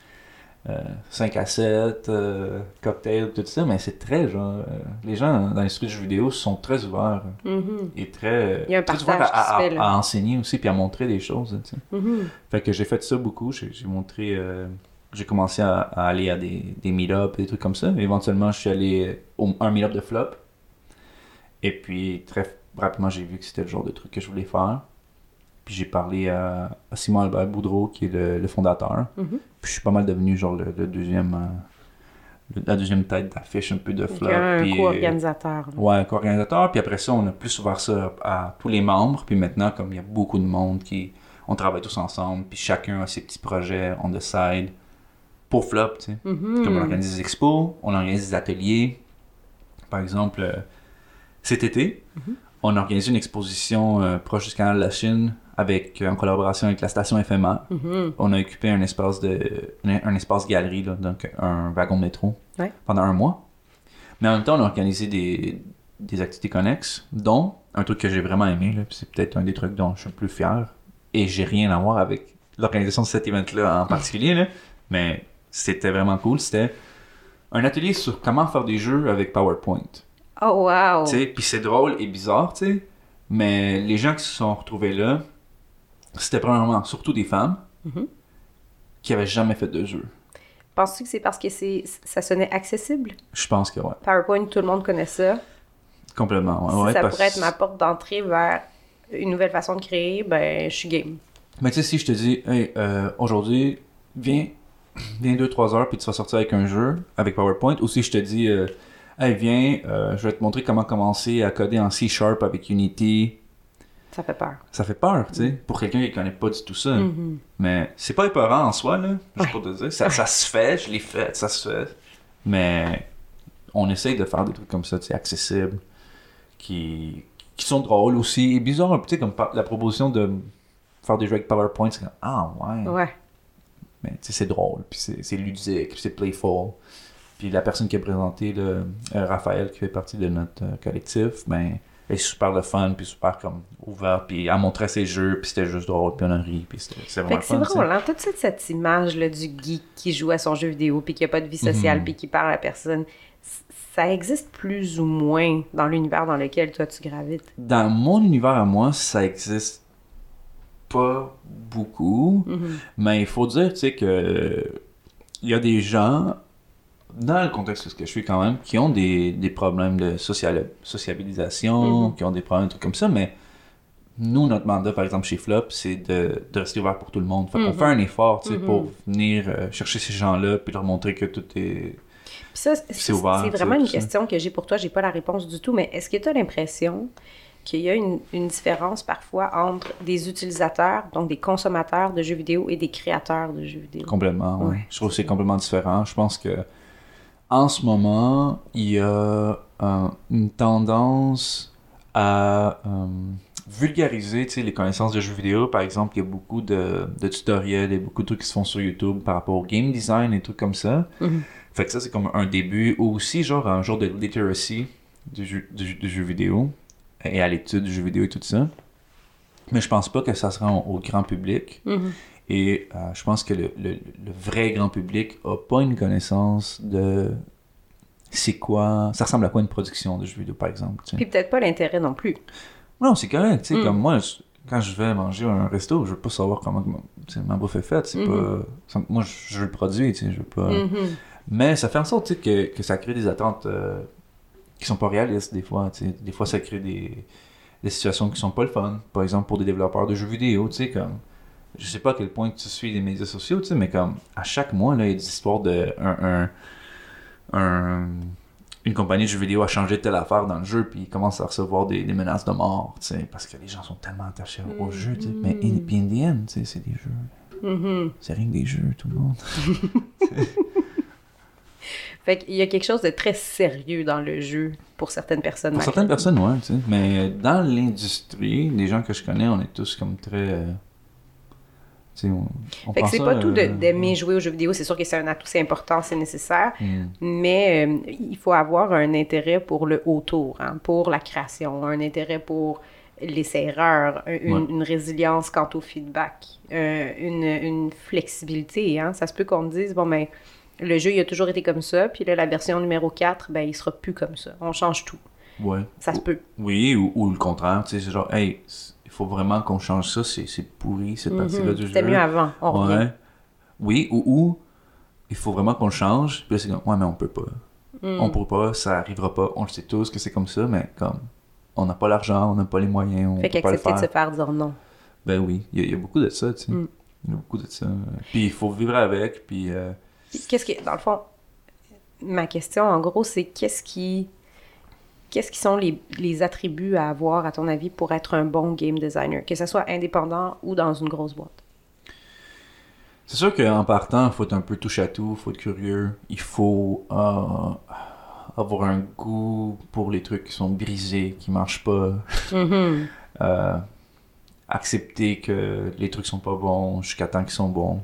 5 à 7, cocktail, tout ça, mais c'est très genre... les gens dans l'industrie du jeu vidéo sont très ouverts et très... Il y a un partage à enseigner aussi, puis à montrer des choses, tu sais. Fait que j'ai fait ça beaucoup, j'ai montré... j'ai commencé à aller à des meet-ups, des trucs comme ça. Éventuellement, je suis allé à un meet-up de flop. Et puis, très rapidement, j'ai vu que c'était le genre de truc que je voulais faire. Puis j'ai parlé à Simon Albert Boudreau, qui est le fondateur. Puis je suis pas mal devenu genre le deuxième... la deuxième tête d'affiche un peu de flop. Un co-organisateur. Ouais, un co-organisateur. Puis après ça, on a plus ouvert ça à tous les membres. Puis maintenant, comme il y a beaucoup de monde on travaille tous ensemble. Puis chacun a ses petits projets on the side. Pour flop, tu sais. Comme on organise des expos, on organise des ateliers. Par exemple, cet été, on a organisé une exposition proche du canal de la Chine en collaboration avec la station FMR. On a occupé un espace galerie, là, donc un wagon de métro, pendant 1 mois. Mais en même temps, on a organisé des activités connexes, dont un truc que j'ai vraiment aimé, là, puis c'est peut-être un des trucs dont je suis le plus fier, et j'ai rien à voir avec l'organisation de cet event-là en particulier, là, mais c'était vraiment cool. C'était un atelier sur comment faire des jeux avec PowerPoint. Oh wow! Tu sais, puis c'est drôle et bizarre, tu sais, mais les gens qui se sont retrouvés là, c'était premièrement surtout des femmes qui avaient jamais fait de jeu. Penses-tu que c'est parce que ça sonnait accessible? Je pense que ouais. PowerPoint, tout le monde connaît ça. Complètement, ouais. Si ça pourrait être ma porte d'entrée vers une nouvelle façon de créer, ben je suis game. Mais tu sais, si je te dis, hey, aujourd'hui, viens 2-3 heures puis tu vas sortir avec un jeu, avec PowerPoint, ou si je te dis, hey, viens, je vais te montrer comment commencer à coder en C# avec Unity. Ça fait peur. Ça fait peur, tu sais, pour quelqu'un qui connaît pas du tout ça. Mais c'est pas épeurant en soi, là, juste pour te dire. Ça se fait, je l'ai fait, ça se fait. Mais on essaye de faire des trucs comme ça, tu sais, accessibles, qui sont drôles aussi, et bizarres, tu sais, comme la proposition de faire des jeux avec PowerPoint, c'est comme, ah ouais. Ouais. Mais tu sais, c'est drôle, puis c'est ludique, puis c'est playful. Puis la personne qui a présenté, Raphaël, qui fait partie de notre collectif, ben, elle est super le fun, puis super comme ouvert, puis elle montrait ses jeux, puis c'était juste drôle, puis on a ri, puis c'est vraiment fun. C'est drôle, hein? Toute cette image là, du geek qui joue à son jeu vidéo, puis qui n'a pas de vie sociale, puis qui parle à personne, ça existe plus ou moins dans l'univers dans lequel toi tu gravites? Dans mon univers à moi, ça existe pas beaucoup, mais il faut dire, tu sais, que il y a des gens, dans le contexte de ce que je suis quand même, qui ont des problèmes de sociabilisation, qui ont des problèmes, des trucs comme ça, mais nous, notre mandat, par exemple, chez Flop, c'est de rester ouvert pour tout le monde. Fait qu'on fait un effort, tu sais, pour venir chercher ces gens-là, puis leur montrer que tout est... Puis ça, c'est ouvert, c'est vraiment une question que j'ai pour toi, j'ai pas la réponse du tout, mais est-ce que tu as l'impression qu'il y a une différence parfois entre des utilisateurs, donc des consommateurs de jeux vidéo, et des créateurs de jeux vidéo? Complètement, oui. Je trouve que c'est complètement différent. Je pense que en ce moment, il y a une tendance à vulgariser, tu sais, les connaissances de jeux vidéo. Par exemple, il y a beaucoup de tutoriels et beaucoup de trucs qui se font sur YouTube par rapport au game design et trucs comme ça. Fait que ça, c'est comme un début. Ou aussi, genre, un genre de literacy du jeu vidéo et à l'étude du jeu vidéo et tout ça. Mais je pense pas que ça sera au grand public. Et je pense que le vrai grand public a pas une connaissance de c'est quoi... Ça ressemble à quoi une production de jeu vidéo, par exemple. T'sais. Puis peut-être pas l'intérêt non plus. Non, c'est correct. Tu sais, comme moi, quand je vais manger à un resto, je veux pas savoir comment ma bouffe est faite. C'est pas... Moi, je veux le produit, tu sais, je veux pas... Mais ça fait en sorte, tu sais, que ça crée des attentes qui sont pas réalistes, des fois. Tu sais. Des fois, ça crée des situations qui sont pas le fun. Par exemple, pour des développeurs de jeux vidéo, tu sais, comme... Je sais pas à quel point tu suis les médias sociaux, tu sais, mais comme, à chaque mois, là, il y a des histoires de... une compagnie de jeux vidéo a changé telle affaire dans le jeu, puis ils commencent à recevoir des menaces de mort, tu sais, parce que les gens sont tellement attachés aux jeux, tu sais. Mais in the end, tu sais, c'est des jeux. C'est rien que des jeux, tout le monde. Fait qu'il y a quelque chose de très sérieux dans le jeu pour certaines personnes. Pour certaines personnes, ouais, tu sais. Mais dans l'industrie, les gens que je connais, on est tous comme très... on fait que c'est pas tout d'aimer jouer aux jeux vidéo. C'est sûr que c'est un atout, c'est important, c'est nécessaire. Mais il faut avoir un intérêt pour le autour, hein, pour la création, un intérêt pour les erreurs, une résilience quant au feedback, une flexibilité. Hein. Ça se peut qu'on te dise, bon, ben, le jeu, il a toujours été comme ça, puis là, la version numéro 4, ben, il sera plus comme ça. On change tout. Ouais. Ça se peut. Oui, ou le contraire, tu sais, c'est genre, hey, il faut vraiment qu'on change ça, c'est pourri, cette partie-là du jeu. C'était mieux avant, on revient. Oui, ou il faut vraiment qu'on le change, puis là, c'est comme, ouais, mais on peut pas. On peut pas, ça arrivera pas, on le sait tous que c'est comme ça, mais comme, on n'a pas l'argent, on n'a pas les moyens, on peut pas le faire. de se faire dire non. Ben oui, il y a beaucoup de ça, tu sais. Il y a beaucoup de ça. Puis il faut vivre avec, puis... Qu'est-ce qui, dans le fond, ma question, en gros, c'est qu'est-ce qui sont les attributs à avoir, à ton avis, pour être un bon game designer, que ce soit indépendant ou dans une grosse boîte? C'est sûr qu'en partant, il faut être un peu touche-à-tout, il faut être curieux, il faut avoir un goût pour les trucs qui sont brisés, qui marchent pas. Accepter que les trucs sont pas bons jusqu'à temps qu'ils sont bons.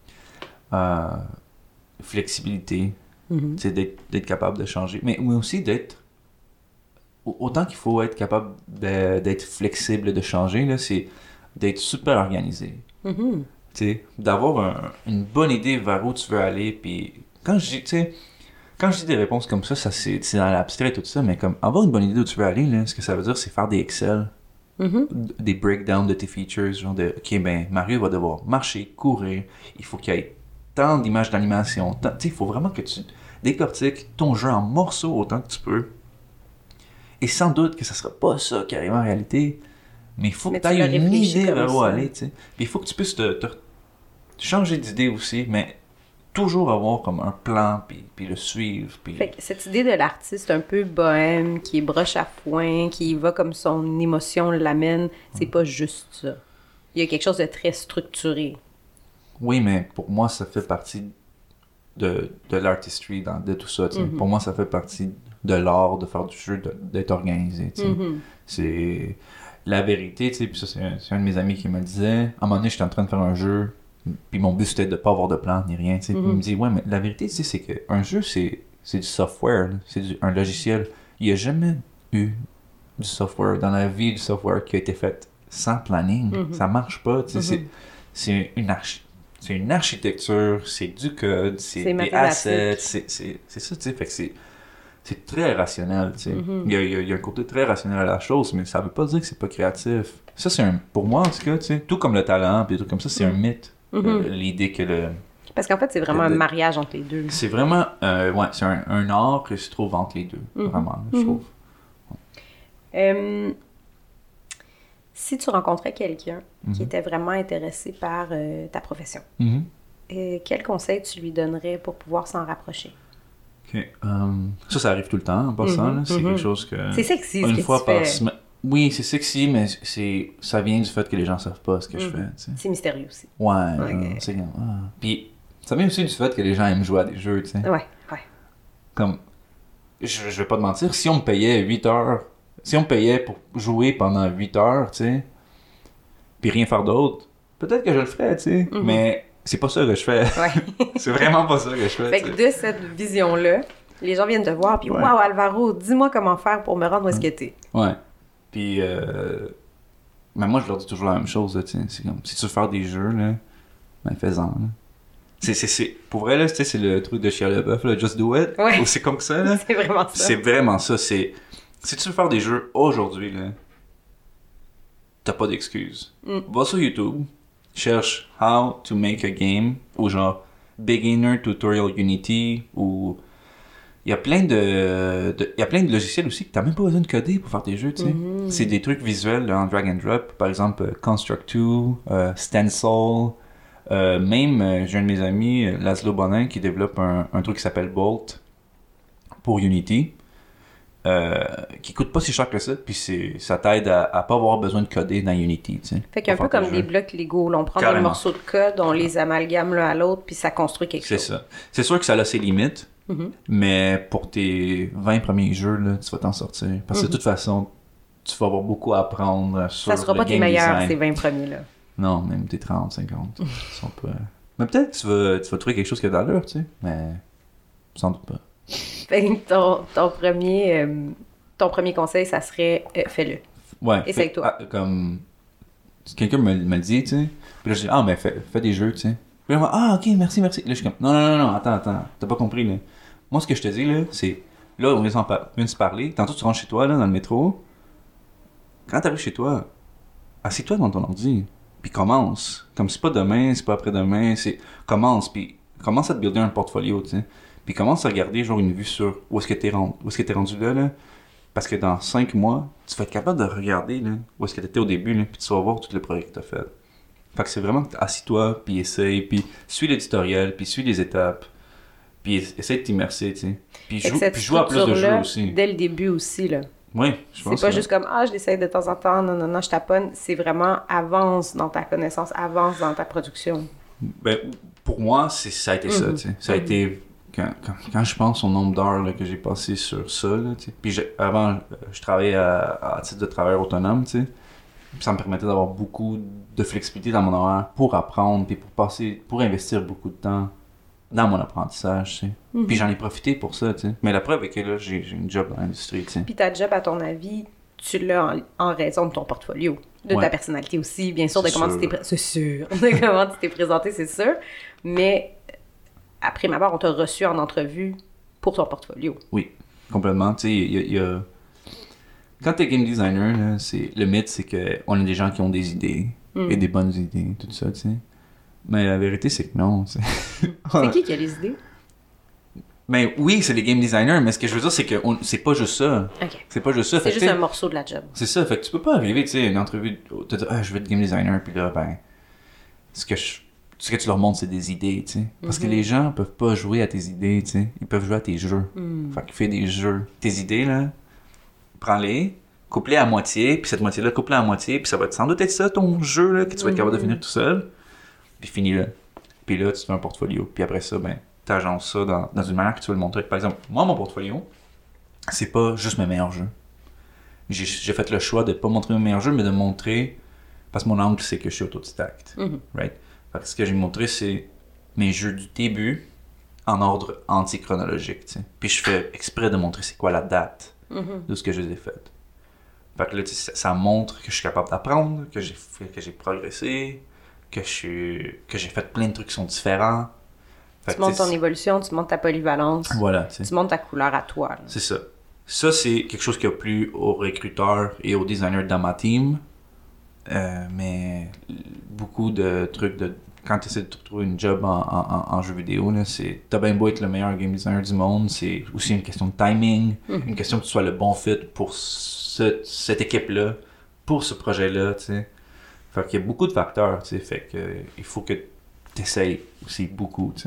Flexibilité, c'est d'être capable de changer, mais aussi d'être autant qu'il faut être capable d'être flexible, de changer, là, c'est d'être super organisé. D'avoir une bonne idée vers où tu veux aller, puis quand je dis des réponses comme ça c'est dans l'abstrait tout ça, mais comme avoir une bonne idée où tu veux aller, là, ce que ça veut dire, c'est faire des Excel, des breakdowns de tes features, genre de, ok, ben Mario va devoir marcher, courir, il faut qu'il y ait tant d'images d'animation, il faut vraiment que tu décortiques ton jeu en morceaux autant que tu peux. Et sans doute que ça sera pas ça qui arrive en réalité, mais il faut que tu aies une idée vers où aller, tu sais. Puis il faut que tu puisses te changer d'idée aussi, mais toujours avoir comme un plan, puis le suivre. Puis... Fait que cette idée de l'artiste un peu bohème, qui est broche à foin, qui va comme son émotion l'amène, c'est pas juste ça. Il y a quelque chose de très structuré. Oui, mais pour moi, ça fait partie de l'artistry, de tout ça. Pour moi, ça fait partie de l'art, de faire du jeu, d'être organisé. C'est la vérité, puis ça, c'est un de mes amis qui me disait, à un moment donné, j'étais en train de faire un jeu, puis mon but, c'était de pas avoir de plan, ni rien. Puis il me dit, ouais, mais la vérité, c'est qu'un jeu, c'est du software, c'est un logiciel. Il n'y a jamais eu du software dans la vie, du software qui a été fait sans planning. Ça marche pas, c'est une architecture, c'est du code, c'est des assets, c'est ça, tu sais, fait que c'est très rationnel, tu sais. Il y a un côté très rationnel à la chose, mais ça veut pas dire que c'est pas créatif. Ça, pour moi, en tout cas, tu sais, tout comme le talent, puis tout comme ça, c'est un mythe. L'idée que Parce qu'en fait, c'est vraiment un mariage entre les deux. C'est vraiment, c'est un art qui se trouve entre les deux, vraiment, je trouve. Si tu rencontrais quelqu'un qui était vraiment intéressé par ta profession, quel conseil tu lui donnerais pour pouvoir s'en rapprocher? OK. Ça arrive tout le temps, en passant. Là. C'est quelque chose que... C'est sexy, une ce fois que tu par fais. semaine. Oui, c'est sexy, mais ça vient du fait que les gens savent pas ce que je fais. Tu sais. C'est mystérieux aussi. Ouais, c'est Puis ça vient aussi du fait que les gens aiment jouer à des jeux, tu sais. Ouais. Comme, je vais pas te mentir, si on me payait 8 heures, si on me payait pour jouer pendant 8 heures, tu sais, puis rien faire d'autre, peut-être que je le ferais, tu sais, mais c'est pas ça que je fais. Ouais. C'est vraiment pas ça que je fais. Fait que de cette vision-là, les gens viennent te voir, puis wow, Alvaro, dis-moi comment faire pour me rendre où est-ce que t'es. Ouais. Puis, mais moi, je leur dis toujours la même chose, tu sais. C'est comme, si tu veux faire des jeux, là, ben fais-en, là. Pour vrai, là, c'est le truc de Shia LaBeouf, là, just do it. Ouais. Ou c'est comme ça, là. C'est vraiment ça. C'est vraiment ça. Si tu veux faire des jeux aujourd'hui, là, t'as pas d'excuses. Va sur YouTube, cherche How to make a game, ou genre Beginner Tutorial Unity, ou Il y a plein de logiciels aussi que t'as même pas besoin de coder pour faire tes jeux, tu sais. C'est des trucs visuels là, en drag and drop. Par exemple, Construct2, Stencil. J'ai un de mes amis, Laszlo Bonin, qui développe un truc qui s'appelle Bolt pour Unity. Qui coûte pas si cher que ça, puis ça t'aide à pas avoir besoin de coder dans Unity, tu sais. Fait qu'un peu comme des blocs Lego, là, on prend des morceaux de code, on les amalgame l'un à l'autre, puis ça construit quelque chose. C'est ça. C'est sûr que ça a ses limites, mais pour tes 20 premiers jeux, là, tu vas t'en sortir. Parce que de toute façon, tu vas avoir beaucoup à apprendre sur le game design. Ça sera pas tes meilleurs, ces 20 premiers-là. Non, même tes 30, 50, sont pas... Mais peut-être que tu vas trouver quelque chose qui a de l'allure, tu sais, mais sans doute pas. Fait que ton premier conseil, ça serait fais-le. Ouais. Essaye-toi. Comme quelqu'un me le dit, tu sais. Puis là, je dis, mais fais des jeux, tu sais. Puis là, ok, merci. Là, je suis comme, non, attends, t'as pas compris, là. Moi, ce que je te dis, là, c'est, là, on vient de se parler. Tantôt, tu rentres chez toi, là, dans le métro. Quand t'arrives chez toi, assieds-toi devant ton ordi. Puis commence. Comme c'est pas demain, c'est pas après-demain, commence. Puis commence à te builder un portfolio, tu sais. Puis commence à regarder genre une vue sur où est-ce que t'es rendu là. Parce que dans 5 mois, tu vas être capable de regarder là, où est-ce que t'étais au début, là, puis tu vas voir tout le projet que t'as fait. Fait que c'est vraiment assis-toi, puis essaye, puis suis le tutoriel, puis suis les étapes, puis essaye de t'immerser, tu sais. Puis joue à plus de jeux aussi. Dès le début aussi, là. Oui, je pense. C'est pas juste comme, je l'essaye de temps en temps, non, je taponne. C'est vraiment avance dans ta connaissance, avance dans ta production. Ben, pour moi, ça a été ça, tu sais. Ça a été... Quand je pense au nombre d'heures là, que j'ai passé sur ça, là, puis avant, je travaillais à titre de travailleur autonome, tu sais, ça me permettait d'avoir beaucoup de flexibilité dans mon horaire pour apprendre, puis pour investir beaucoup de temps dans mon apprentissage, tu sais. Puis j'en ai profité pour ça, tu sais. Mais la preuve est que là, j'ai une job dans l'industrie, tu sais. Puis ta job, à ton avis, tu l'as en raison de ton portfolio, de ta personnalité aussi, bien sûr, de comment tu t'es c'est sûr, de comment tu t'es présenté, c'est sûr, mais... Après ma part, on t'a reçu en entrevue pour ton portfolio. Oui, complètement. Tu sais, quand t'es game designer, là, le mythe, c'est qu'on a des gens qui ont des idées, et des bonnes idées, tout ça, tu sais. Mais la vérité, c'est que non, tu sais. C'est qui a les idées? Ben oui, c'est les game designers, mais ce que je veux dire, c'est que c'est pas juste ça. Okay. C'est pas juste ça. C'est juste un morceau de la job. C'est ça, fait que tu peux pas arriver, tu sais, à une entrevue, te dire, je veux être game designer, puis là, ben, ce que tu leur montres, c'est des idées, tu sais. Parce que les gens peuvent pas jouer à tes idées, tu sais. Ils peuvent jouer à tes jeux. Fait que fais des jeux. Tes idées, là, prends-les, coupe-les à moitié, puis cette moitié-là, coupe-les à moitié, puis ça va sans doute être ça, ton jeu, là, que tu vas être capable de finir tout seul. Puis finis-le. Puis là, tu fais un portfolio. Puis après ça, ben, t'agences ça dans une manière que tu veux le montrer. Par exemple, moi, mon portfolio, c'est pas juste mes meilleurs jeux. J'ai fait le choix de pas montrer mes meilleurs jeux, mais de montrer... Parce que mon angle, c'est que je suis autodidacte. Right? Fait que ce que j'ai montré, c'est mes jeux du début en ordre anti-chronologique, tu sais. Puis je fais exprès de montrer c'est quoi la date de ce que je les ai fait. Fait que là, ça montre que je suis capable d'apprendre, que j'ai progressé, que j'ai fait plein de trucs qui sont différents. Tu montres ton évolution, tu montres ta polyvalence. Voilà, tu montres ta couleur à toi. Là. C'est ça. Ça, c'est quelque chose qui a plu aux recruteurs et aux designers dans ma team. Mais beaucoup de trucs quand tu essaies de trouver une job en jeu vidéo, là, t'as bien beau être le meilleur game designer du monde, c'est aussi une question de timing, une question que tu sois le bon fit pour cette équipe-là, pour ce projet-là, tu sais. Fait qu'il y a beaucoup de facteurs, tu sais, fait que il faut que tu essayes aussi beaucoup, tu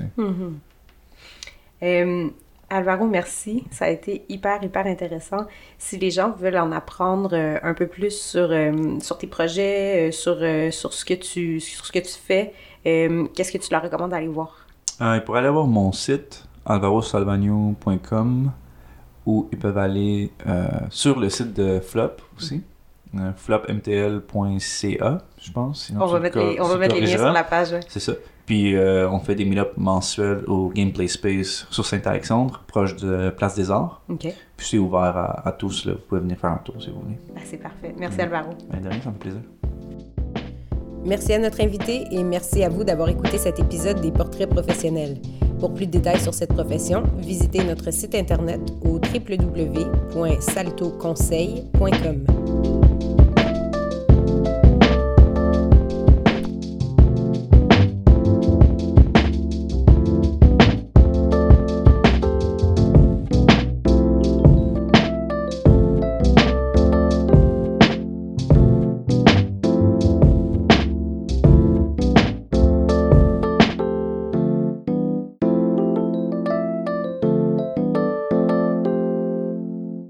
sais. Alvaro, merci. Ça a été hyper intéressant. Si les gens veulent en apprendre un peu plus sur tes projets, sur ce que tu fais, qu'est-ce que tu leur recommandes d'aller voir? Ils pourraient aller voir mon site, alvarosalvagno.com, ou ils peuvent aller sur le site de Flop aussi, flopmtl.ca, je pense. Sinon, on va mettre les liens sur la page. Ouais. C'est ça. Puis on fait des meet-ups mensuels au Gameplay Space sur Saint-Alexandre, proche de Place des Arts. Okay. Puis c'est ouvert à tous, là. Vous pouvez venir faire un tour si vous voulez. C'est parfait. Merci Alvaro. De rien, ça me fait plaisir. Merci à notre invité et merci à vous d'avoir écouté cet épisode des Portraits professionnels. Pour plus de détails sur cette profession, visitez notre site internet au www.saltoconseil.com.